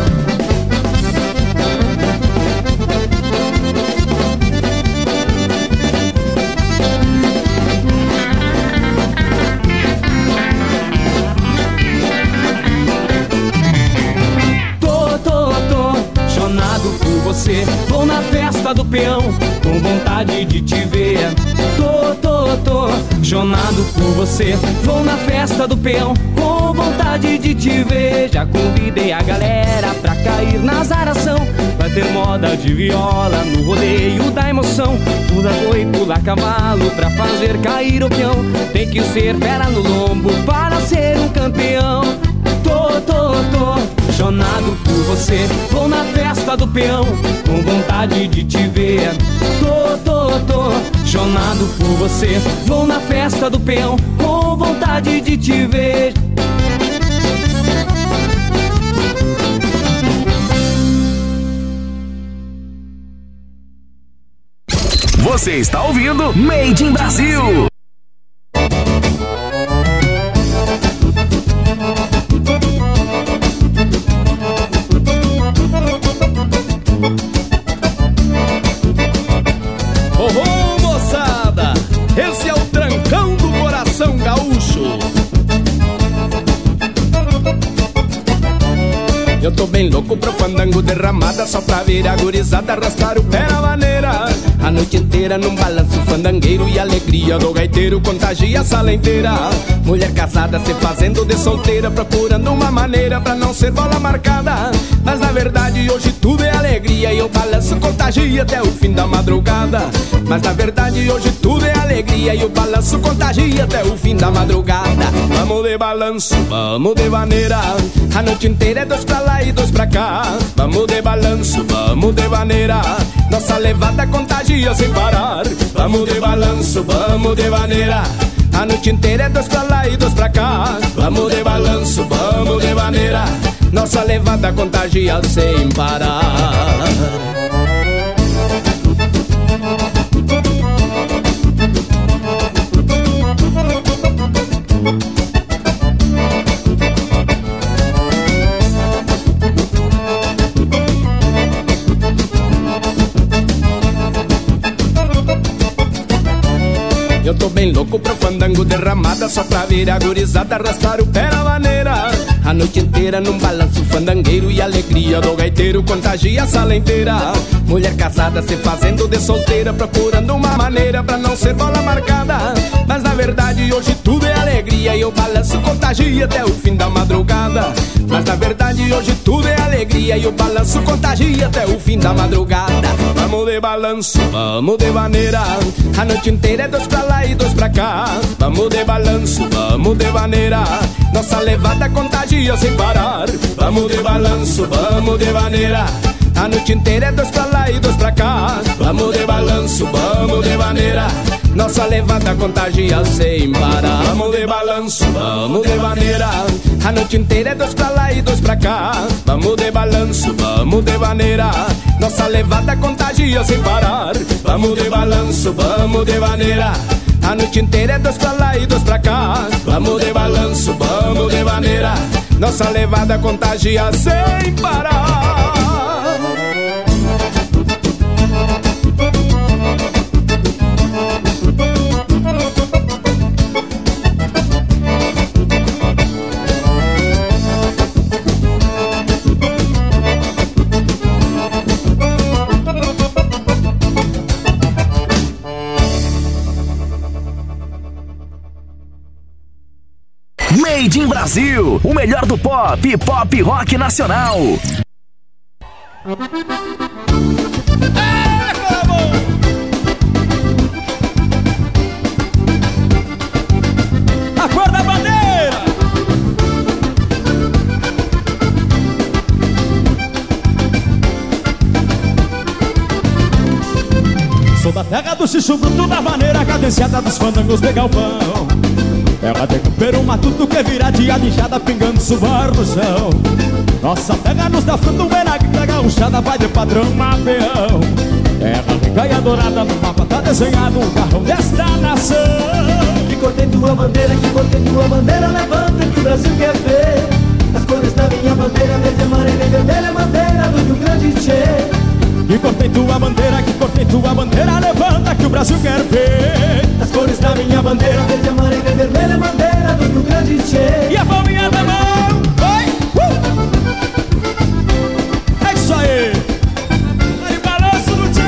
Vou na festa do peão com vontade de te ver. Tô, tô, tô apaixonado por você. Vou na festa do peão com vontade de te ver. Já convidei a galera pra cair na zaração. Vai ter moda de viola no rodeio da emoção. Pula boi, pula cavalo pra fazer cair o peão. Tem que ser fera no lombo para ser um campeão. Tô, tô, tô apaixonado por você. Vou na festa do peão com vontade de te ver. Tô, tô, tô apaixonado por você. Vou na festa do peão com vontade de te ver. Você está ouvindo Made in Brasil. Eu tô bem louco pro fandango derramada, só pra ver a gurizada arrastar o pé na maneira. A noite inteira num balanço fandangueiro e a alegria do gaiteiro contagia a sala inteira. Mulher casada se fazendo de solteira, procurando uma maneira pra não ser bola marcada. Mas na verdade hoje tudo é alegria e o balanço contagia até o fim da madrugada. Mas na verdade hoje tudo é alegria e o balanço contagia até o fim da madrugada. Vamos de balanço, vamos de maneira, a noite inteira é dois pra lá e dois pra cá. Vamos de balanço, vamos de maneira, nossa levada contagia sem parar. Vamos de balanço, vamos de maneira, a noite inteira é dois pra lá e dois pra cá. Vamos de balanço, vamos de maneira, nossa levada contagia sem parar. bem louco pro fandango derramada, só pra ver a gurizada arrastar o pé na maneira. A noite inteira num balanço fandangueiro e a alegria do gaiteiro contagia a sala inteira. Mulher casada se fazendo de solteira, procurando uma maneira pra não ser bola marcada. Mas na verdade hoje tudo é alegria e o balanço contagia até o fim da madrugada. Mas na verdade hoje tudo é alegria e o balanço contagia até o fim da madrugada. Vamos de balanço, vamos de maneira, a noite inteira é dois pra lá e dois pra cá. Vamos de balanço, vamos de maneira, nossa levada contagia sem parar. Vamos de balanço, vamos de maneira, a noite inteira é dois pra lá e dois pra cá. Vamos de balanço, vamos de maneira, nossa levada contagia sem parar. Vamos de balanço, vamos de maneira, a noite inteira é dois pra lá e dois pra cá. Vamos de balanço, vamos de maneira, nossa levada contagia sem parar. Vamos de balanço, vamos de maneira, a noite inteira é dois pra lá e dois pra cá. Vamos de balanço, vamos de maneira, nossa levada contagia sem parar. Made in Brasil, o melhor do pop e pop rock nacional. Acorda a bandeira! Sou da terra do Xixu Bruto, da maneira cadenciada dos fandangos de galpão. Terra de campeiro, matuto que vira dia de enxada, pingando subar no chão. Nossa terra nos dá fruto, menague da gauchada, vai de padrão mapeão. Terra rica e adorada, no mapa tá desenhado um carrão desta nação. Que cor tem tua bandeira, que cor tem tua bandeira, levanta que o Brasil quer ver. As cores da minha bandeira, verde, amarela e vermelha, bandeira do Rio Grande Tchê. Que cor tem tua bandeira, que cor tem tua bandeira, levanta que o Brasil quer ver. As cores da minha bandeira, verde, amarela e vermelha, bandeira do Rio Grande Tchê. E a palminha da mão, vai! Uh! É isso aí! Aí balanço no Tchê!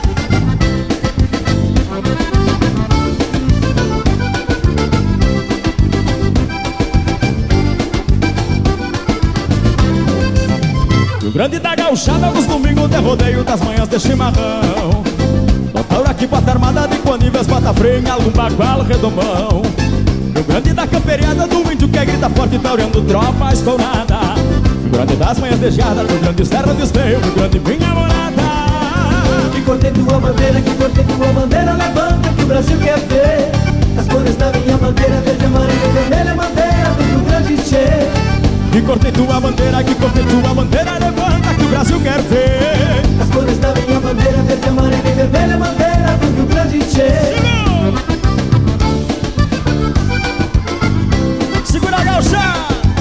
Rio Grande da gauchada, nos domingos de rodeio, das manhãs de chimarrão. Doutor aqui, bota armada de Quanives, bota freio, algum bagual redomão. Rio Grande da camperiada, do índio que grita forte, taurando tropa escolada. Rio Grande das manhãs de geada, Rio Grande terra de esteio, Rio Grande minha morada. Que cor tem tua bandeira, que cor tem tua bandeira, levanta que o Brasil quer ver. As cores da minha bandeira, verde, amarela e vermelha, bandeira do Rio Grande Tchê. Que cor tem tua bandeira, que cor tem tua bandeira, levanta que o Brasil quer ver. As cores da minha bandeira, verde, amarela e vermelha, bandeira do Rio Grande Tchê. Segura a gaucha!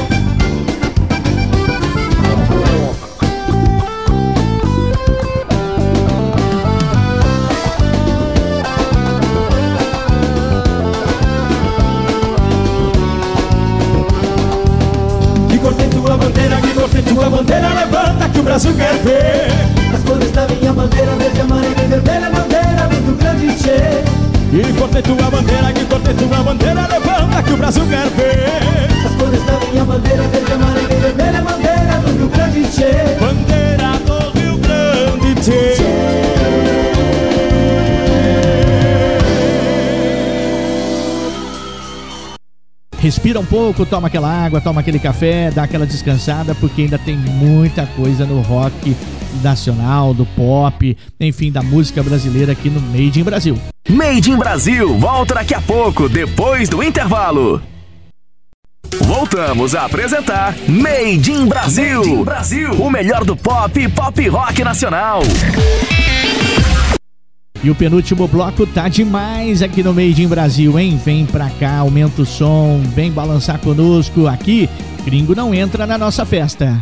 Que cor tem tua bandeira, que cor tem tua bandeira, levanta que o Brasil quer ver. As cores da minha bandeira, verde, amarela e vermelha, bandeira do Rio Grande Tchê. Que cor tem tua bandeira, que cor tem tua bandeira, levanta que o Brasil quer ver. As cores da minha bandeira, verde, amarela e vermelha, bandeira do Rio Grande Tchê. Bandeira do Rio Grande Tchê. Respira um pouco, toma aquela água, toma aquele café, dá aquela descansada, porque ainda tem muita coisa no rock nacional, do pop, enfim, da música brasileira aqui no Made in Brasil. Made in Brasil, volta daqui a pouco, depois do intervalo. Voltamos a apresentar Made in Brasil, Made in Brasil, o melhor do pop e pop rock nacional. E o penúltimo bloco tá demais aqui no Made in Brasil, hein? Vem pra cá, aumenta o som, vem balançar conosco. Aqui, gringo não entra na nossa festa.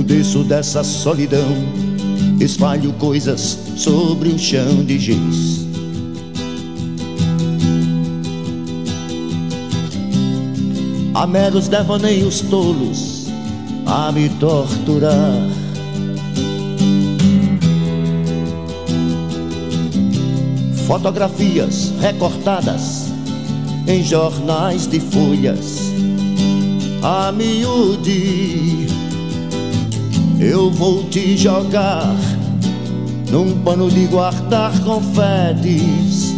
Eu desço dessa solidão, espalho coisas sobre um chão de giz. Há meros devaneios tolos a me torturar. Fotografias recortadas em jornais de folhas a miúde. Eu vou te jogar num pano de guardar confetes.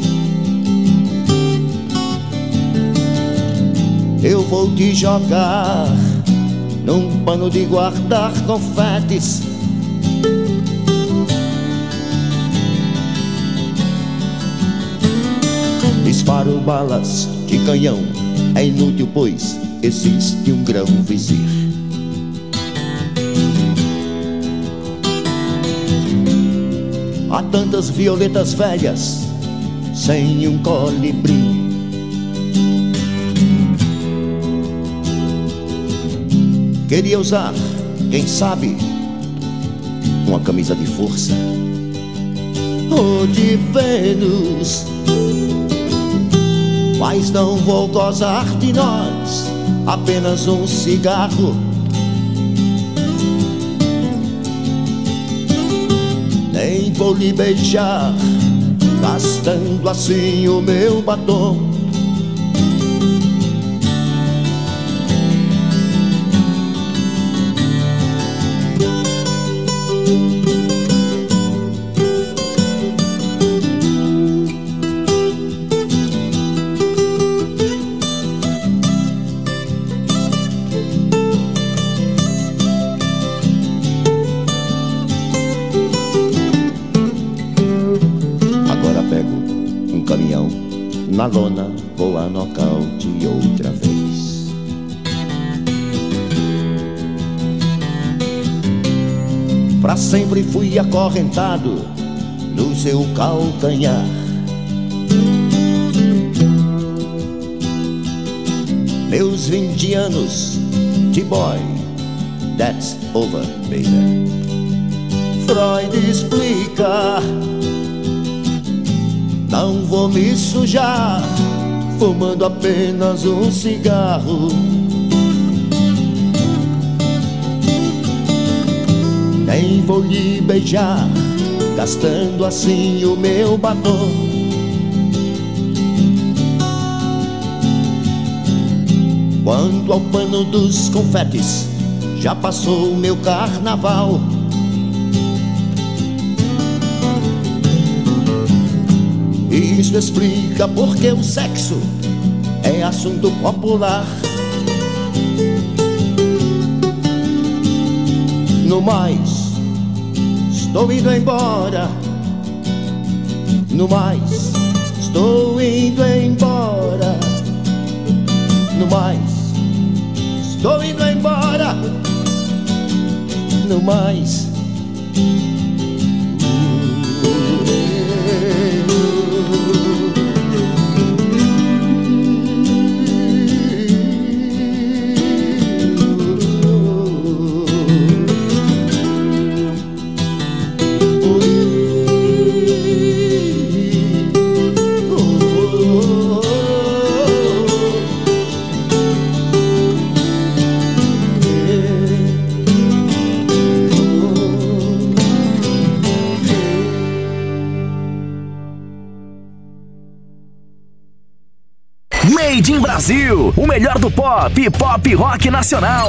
Eu vou te jogar num pano de guardar confetes. Disparo balas de canhão, é inútil pois existe um grão vizir. Há tantas violetas velhas sem um colibri. Queria usar, quem sabe, uma camisa de força ou de Vênus, mas não vou gozar de nós, apenas um cigarro. Nem vou lhe beijar, gastando assim o meu batom. Na lona vou a nocaute outra vez. Pra sempre fui acorrentado no seu calcanhar. Meus vinte anos de boy, that's over, baby. Freud explica, não vou me sujar fumando apenas um cigarro. Nem vou lhe beijar, gastando assim o meu batom. Quanto ao pano dos confetes, já passou o meu carnaval. Isso explica porque o sexo é assunto popular. No mais, estou indo embora. No mais, estou indo embora. No mais, estou indo embora. No mais. Made in Brasil, o melhor do pop e pop rock nacional.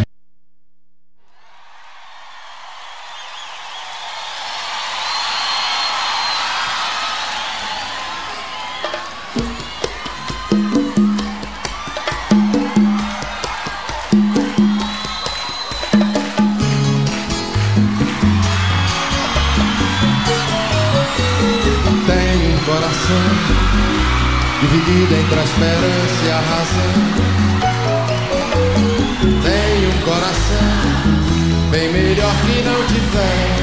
Tenho um coração dividido entre a esperança e a razão. Tenho um coração bem melhor que não tiver.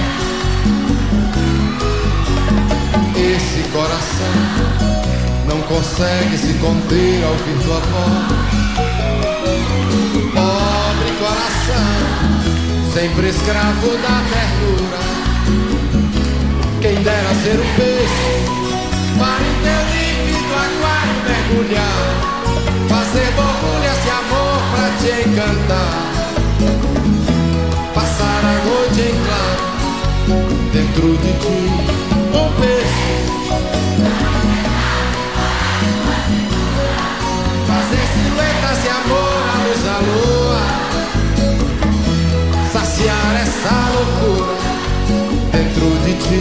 Esse coração não consegue se conter ao ouvir tua voz. Pobre coração, sempre escravo da ternura. Quem dera ser um peixe para em teu límpido aquário mergulhar, fazer borbulhas de amor pra te encantar, passar a noite em claro dentro de ti, um peixe, fazer silhuetas de amor à luz da lua, saciar essa loucura dentro de ti.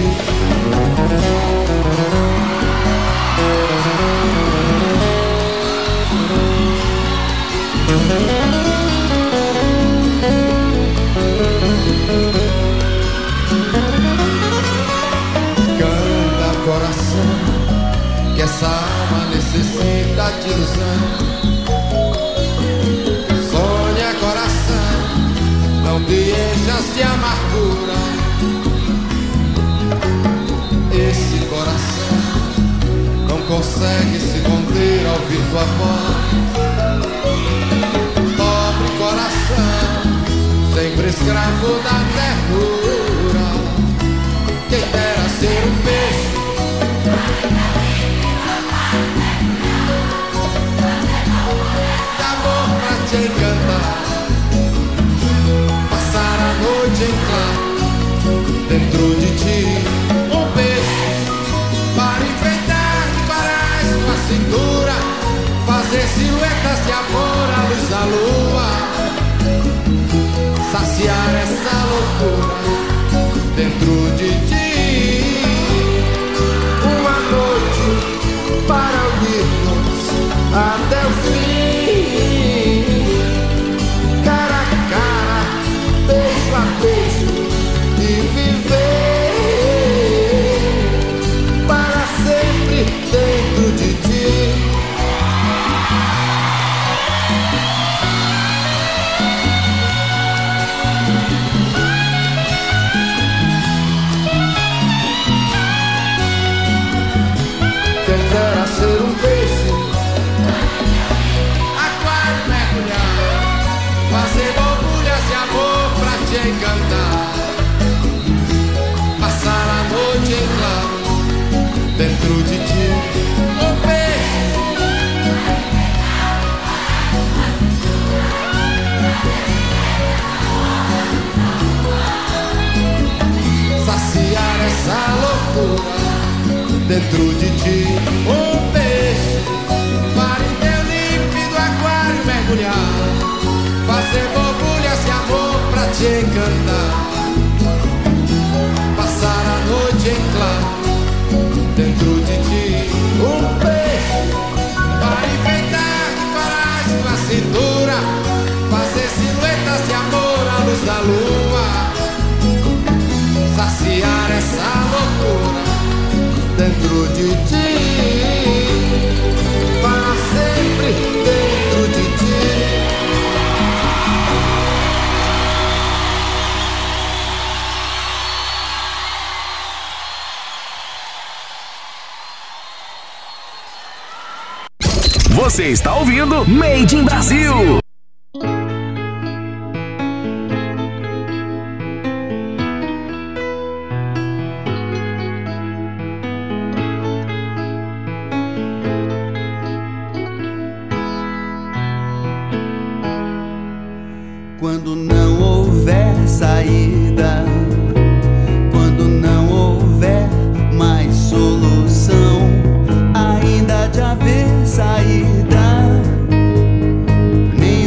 Canta, coração, que essa alma necessita de ilusão. Sonha, coração, não te enchas de amargura. Esse coração não consegue se conter ao ouvir tua voz. Pobre coração, sempre escravo da ternura. Quem dera ser um peixe de amor pra te encantar, passar a noite em claro dentro de ti, um peixe para enfeitar de varais tua cintura, fazer silhuetas de amor à luz da lua, saciar essa loucura dentro de ti, uma noite para unir-nos até o fim, cara a cara, beijo a beijo, e viver para sempre dentro de ti. Quem dera ser um peixe, aquário mergulhar, fazer borbulhas de amor pra te encantar, passar a noite em claro dentro de ti, um peixe saciar essa loucura dentro de ti, um peixe para em teu límpido aquário mergulhar, fazer borbulhas de amor pra te encantar, passar a noite em claro dentro de ti, um peixe para enfeitar de coragem tua cintura, fazer silhuetas de amor à luz da lua, saciar essa loucura dentro de ti, para sempre dentro de ti. Você está ouvindo Made in Brasil. Quando não houver saída, quando não houver mais solução, ainda de haver saída, nem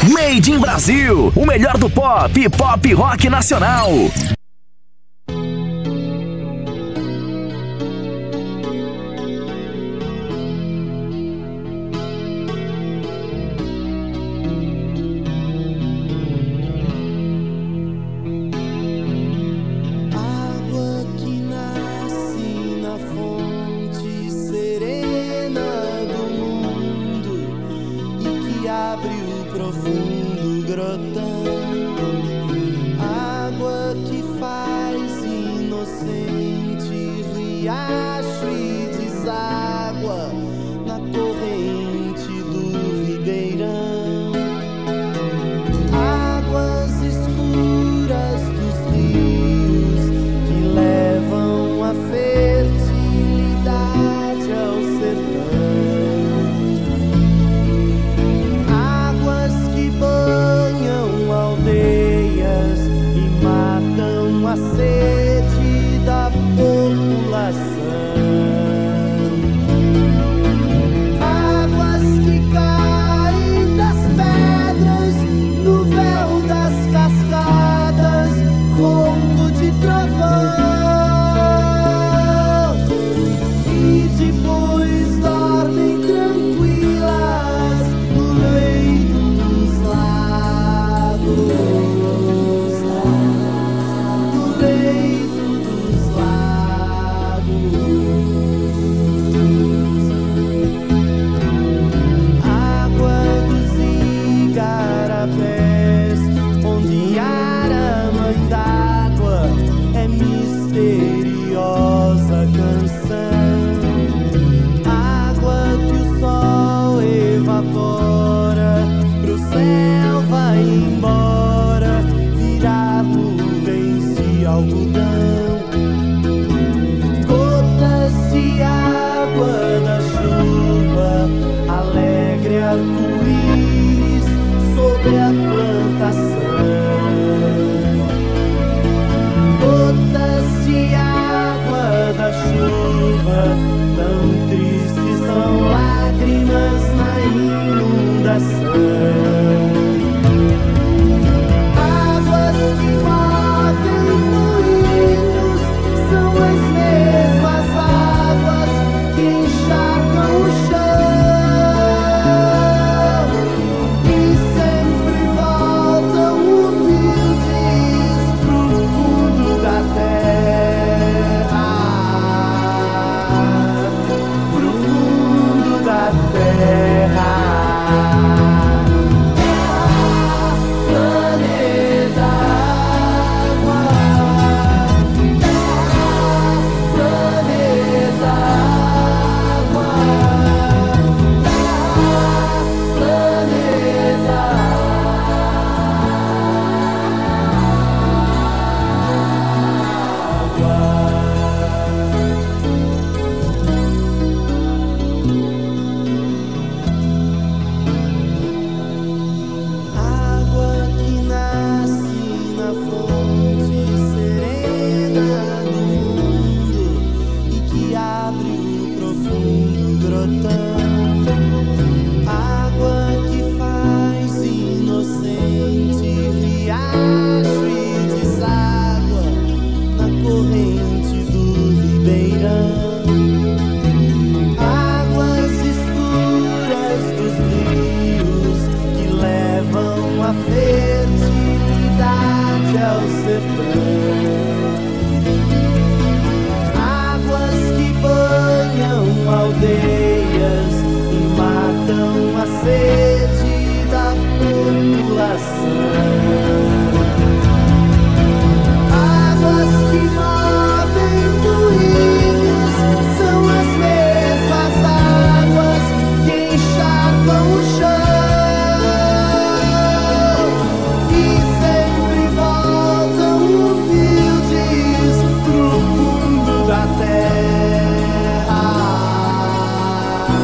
Made in Brasil, o melhor do pop e pop rock nacional.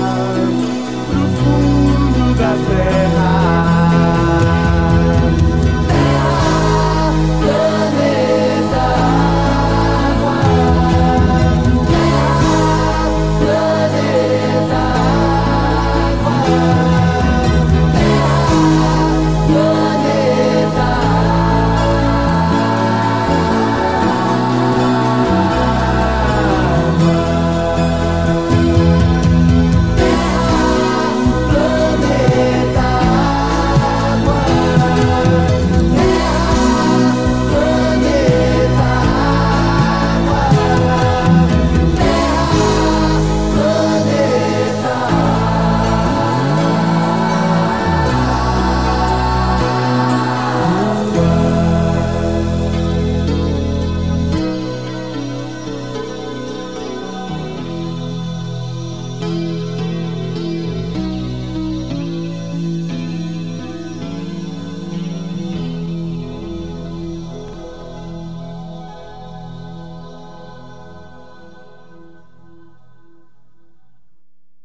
Pro fundo da terra.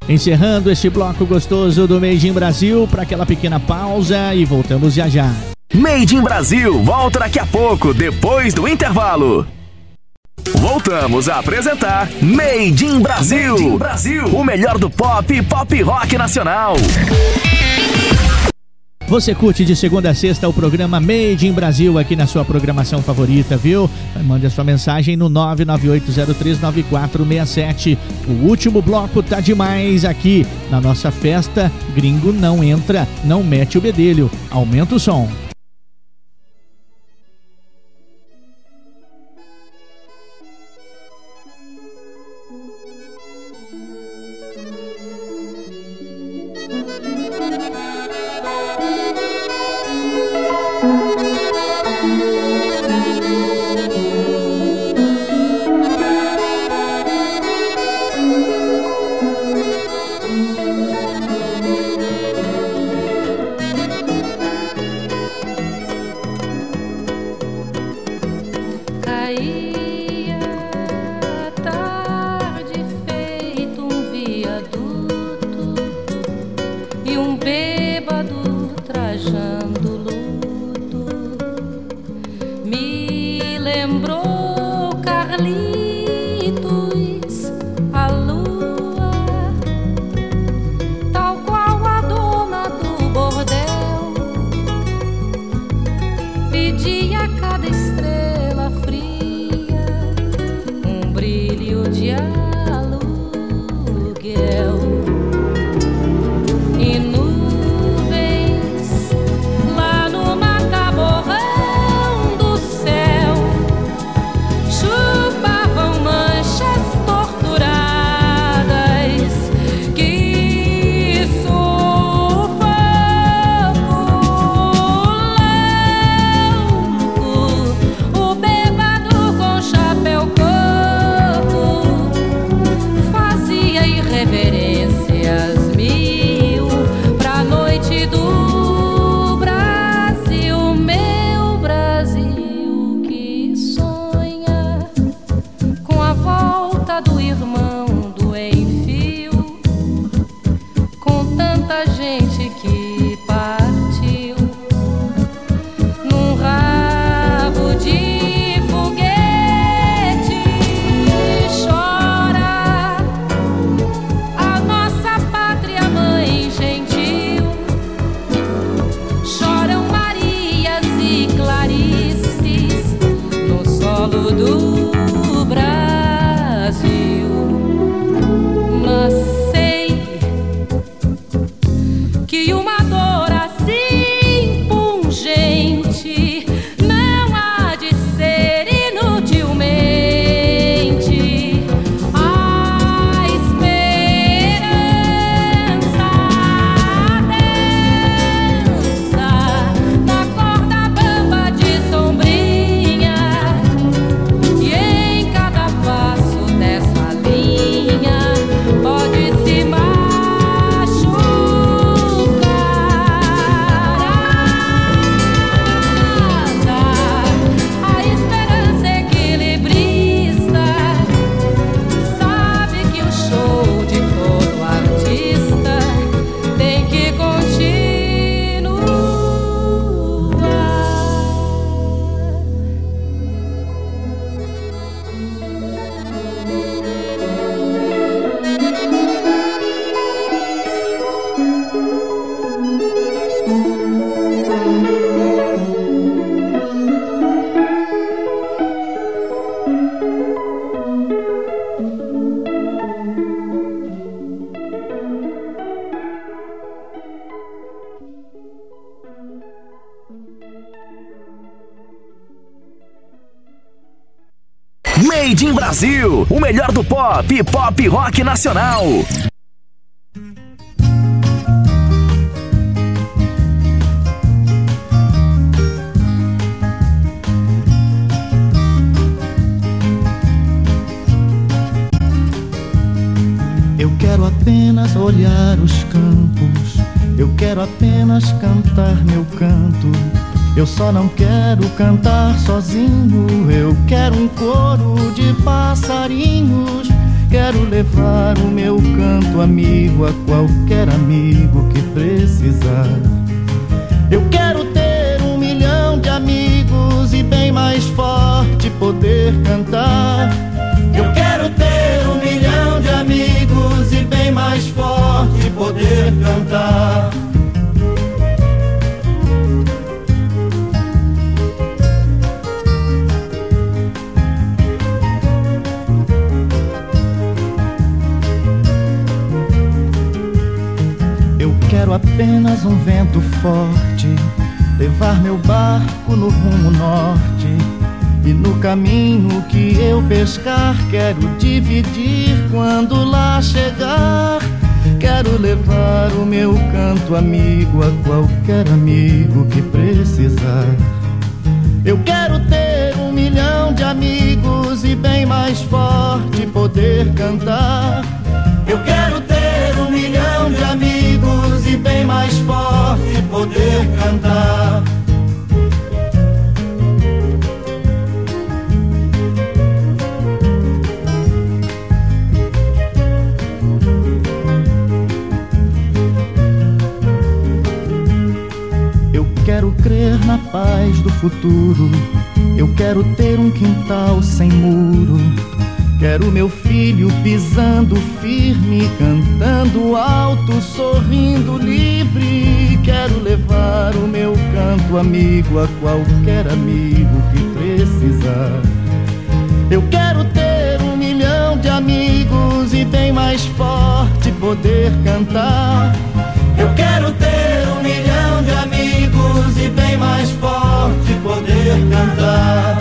Encerrando este bloco gostoso do Made in Brasil para aquela pequena pausa e voltamos já já. Made in Brasil volta daqui a pouco, depois do intervalo. Voltamos a apresentar Made in Brasil, Made in Brasil, o melhor do pop e pop rock nacional. Você curte de segunda a sexta o programa Made in Brasil aqui na sua programação favorita, viu? Mande a sua mensagem no nove nove oito zero três nove quatro seis sete. O último bloco tá demais aqui na nossa festa. Gringo não entra, não mete o bedelho. Aumenta o som. Made in Brasil, o melhor do pop e pop rock nacional. Eu quero apenas olhar os campos, eu quero apenas cantar meu canto. Eu só não quero cantar sozinho, eu quero um coro de passarinhos Quero levar o meu canto amigo a qualquer amigo que precisar. Eu quero ter um milhão de amigos e bem mais forte poder cantar. Eu quero ter um milhão de amigos e bem mais forte poder cantar. Quero apenas um vento forte, levar meu barco no rumo norte. E no caminho que eu pescar, quero dividir quando lá chegar. Quero levar o meu canto amigo a qualquer amigo que precisar. Eu quero ter um milhão de amigos e bem mais forte poder cantar. Eu quero ter um milhão de amigos e bem mais forte poder cantar. Eu quero crer na paz do futuro. Eu quero ter um quintal sem muro. Quero meu filho pisando firme, cantando alto, sorrindo livre. Quero levar o meu canto amigo a qualquer amigo que precisar. Eu quero ter um milhão de amigos e bem mais forte poder cantar. Eu quero ter um milhão de amigos e bem mais forte poder cantar.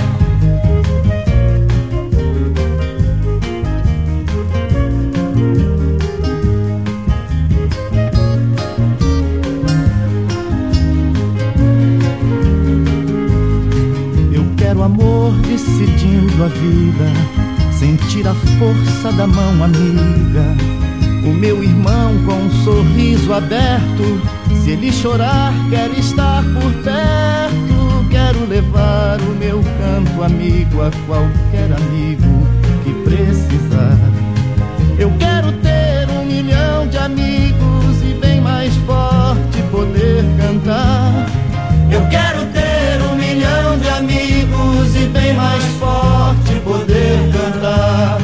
Amor decidindo a vida, sentir a força da mão amiga. O meu irmão com um sorriso aberto, se ele chorar quero estar por perto. Quero levar o meu canto amigo a qualquer amigo que precisar. Eu quero ter um milhão de amigos e bem mais forte poder cantar. Eu quero ter um milhão de amigos e bem mais forte poder cantar.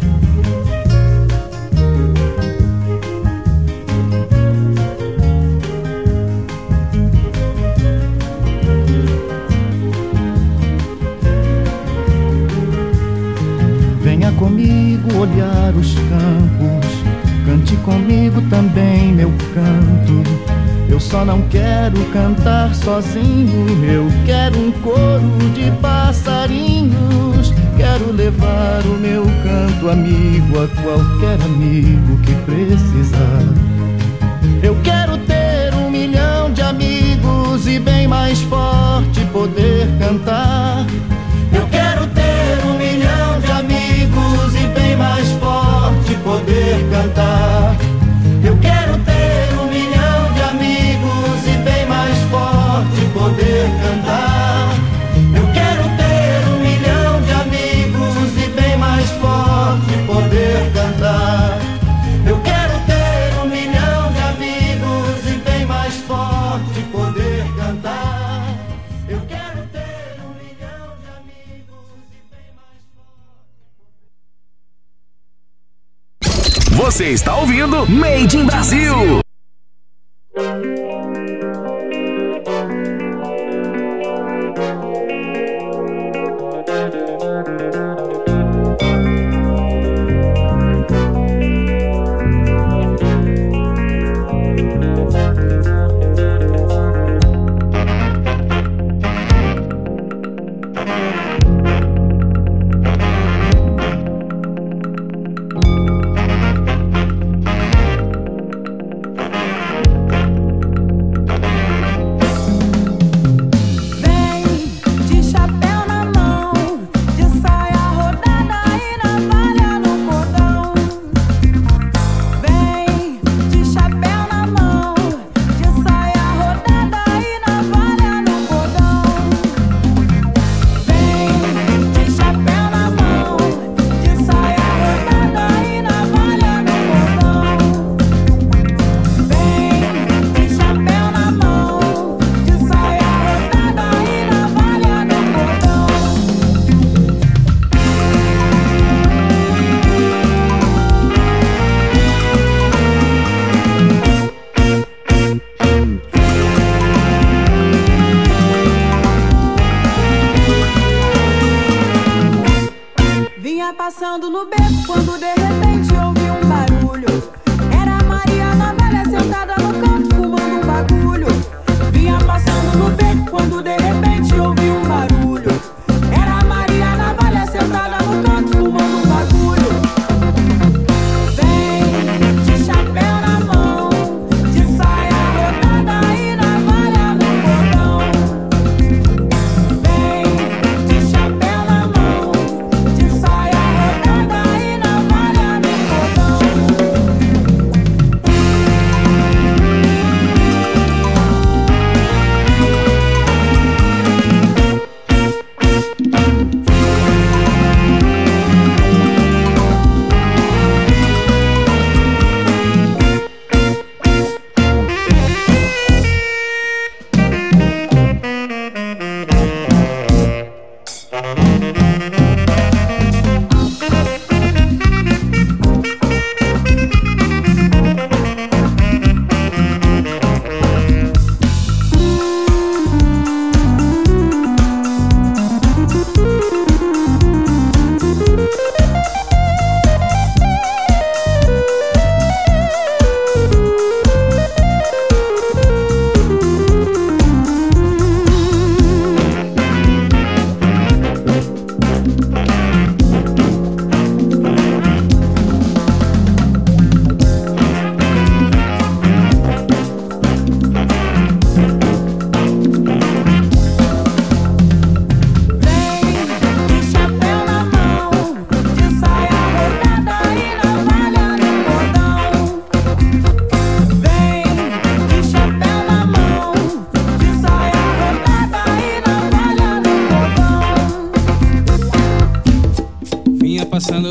Venha comigo olhar os campos, cante comigo também meu canto. Eu só não quero cantar sozinho, eu quero um coro de passarinhos. Quero levar o meu canto amigo a qualquer amigo que precisar. Eu quero ter um milhão de amigos e bem mais forte poder cantar. Eu quero ter um milhão de amigos e bem mais forte poder cantar. Eu quero ter um milhão de amigos e bem mais forte poder cantar. Eu quero ter um milhão de amigos e bem mais forte poder cantar. Eu quero ter um milhão de amigos e bem mais forte poder cantar. Eu quero ter um milhão de amigos e bem mais forte. Você está ouvindo Made in Brasil.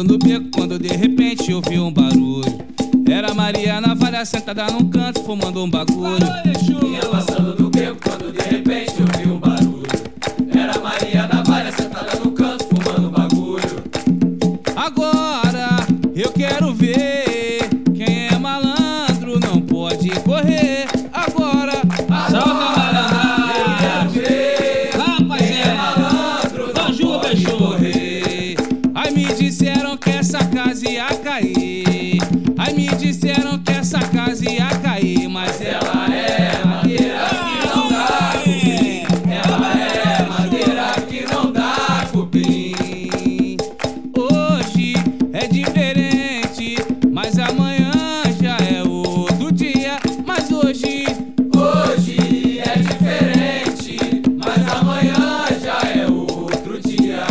passando no beco quando de repente ouvi um barulho. Era Maria Navalha sentada num canto fumando um bagulho. Vinha passando no beco quando de repente ouvi um barulho. Era Maria Navalha sentada num canto fumando um bagulho. Agora eu quero ver quem é malandro, não pode correr. Agora, agora eu quero ver quem é malandro, não pode correr. Aí me disseram que essa casa ia cair. Aí me disseram que essa casa ia cair, mas ela é madeira que não dá cupim. Ela é madeira que não dá cupim. Hoje é diferente, mas amanhã já é outro dia. Mas hoje, hoje é diferente, mas amanhã já é outro dia.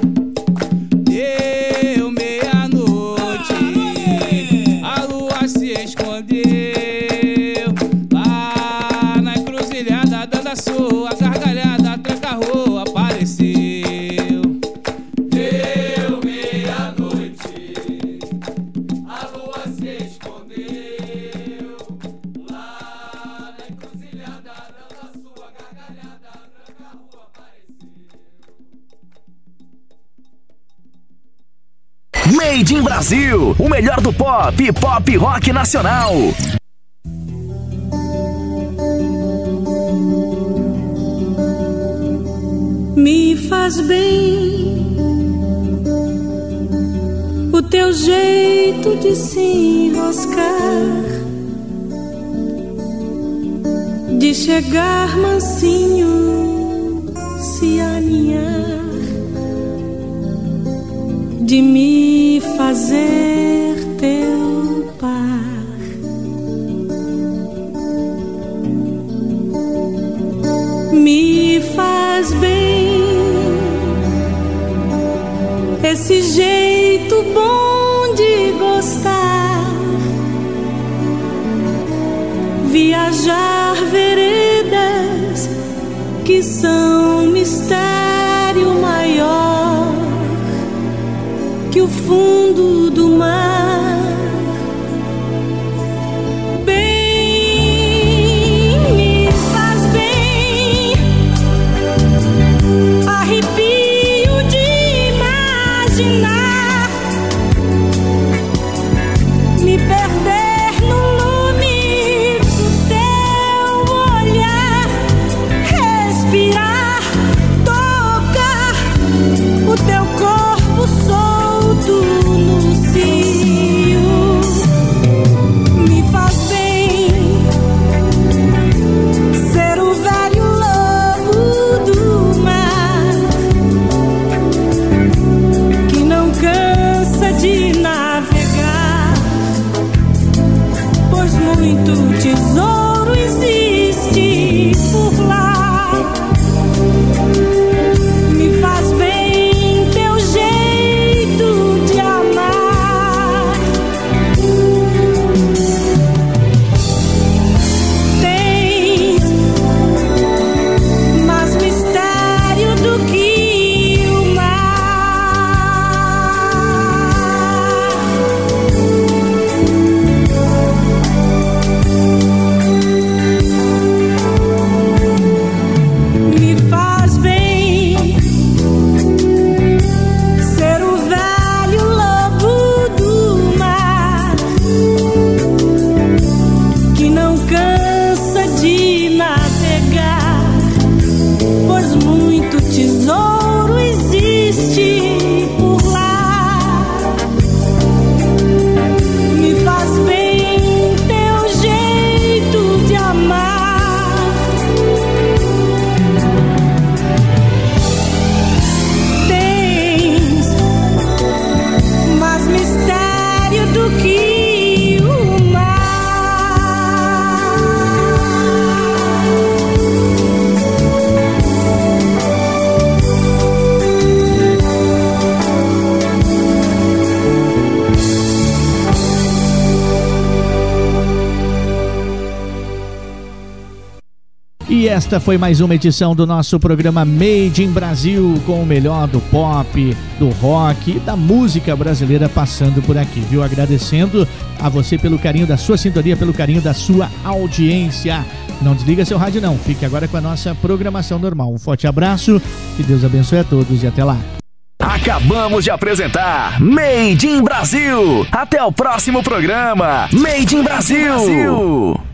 Deu meia-noite, a lua se escondeu lá na encruzilhada, dando a sua gargalhada, tranca-rua apareceu. Deu meia-noite, a lua se escondeu lá na encruzilhada, dando a sua gargalhada, tranca-rua apareceu. Made in Brasil, o melhor do pop e pop rock nacional. Me faz bem o teu jeito de se enroscar, de chegar mansinho, se aninhar, de me fazer teu par. Me faz bem esse jeito bom de gostar, viajar veredas que são mistério maior que o fundo do mar. Bem, me faz bem, arrepio de imaginar, me perder no lume do teu olhar, respirar, tocar o teu corpo solto no cio. Me faz bem ser o velho lobo do mar que não cansa de navegar, pois muito tesouro existe por lá. Me faz bem teu jeito de amar. Tens mais mistério do que o mar. E esta foi mais uma edição do nosso programa Made in Brasil, com o melhor do pop, do rock e da música brasileira passando por aqui, viu? Agradecendo a você pelo carinho da sua sintonia, pelo carinho da sua audiência. Não desliga seu rádio não, fique agora com a nossa programação normal. Um forte abraço, que Deus abençoe a todos e até lá. Acabamos de apresentar Made in Brasil. Até o próximo programa. Made in Brasil.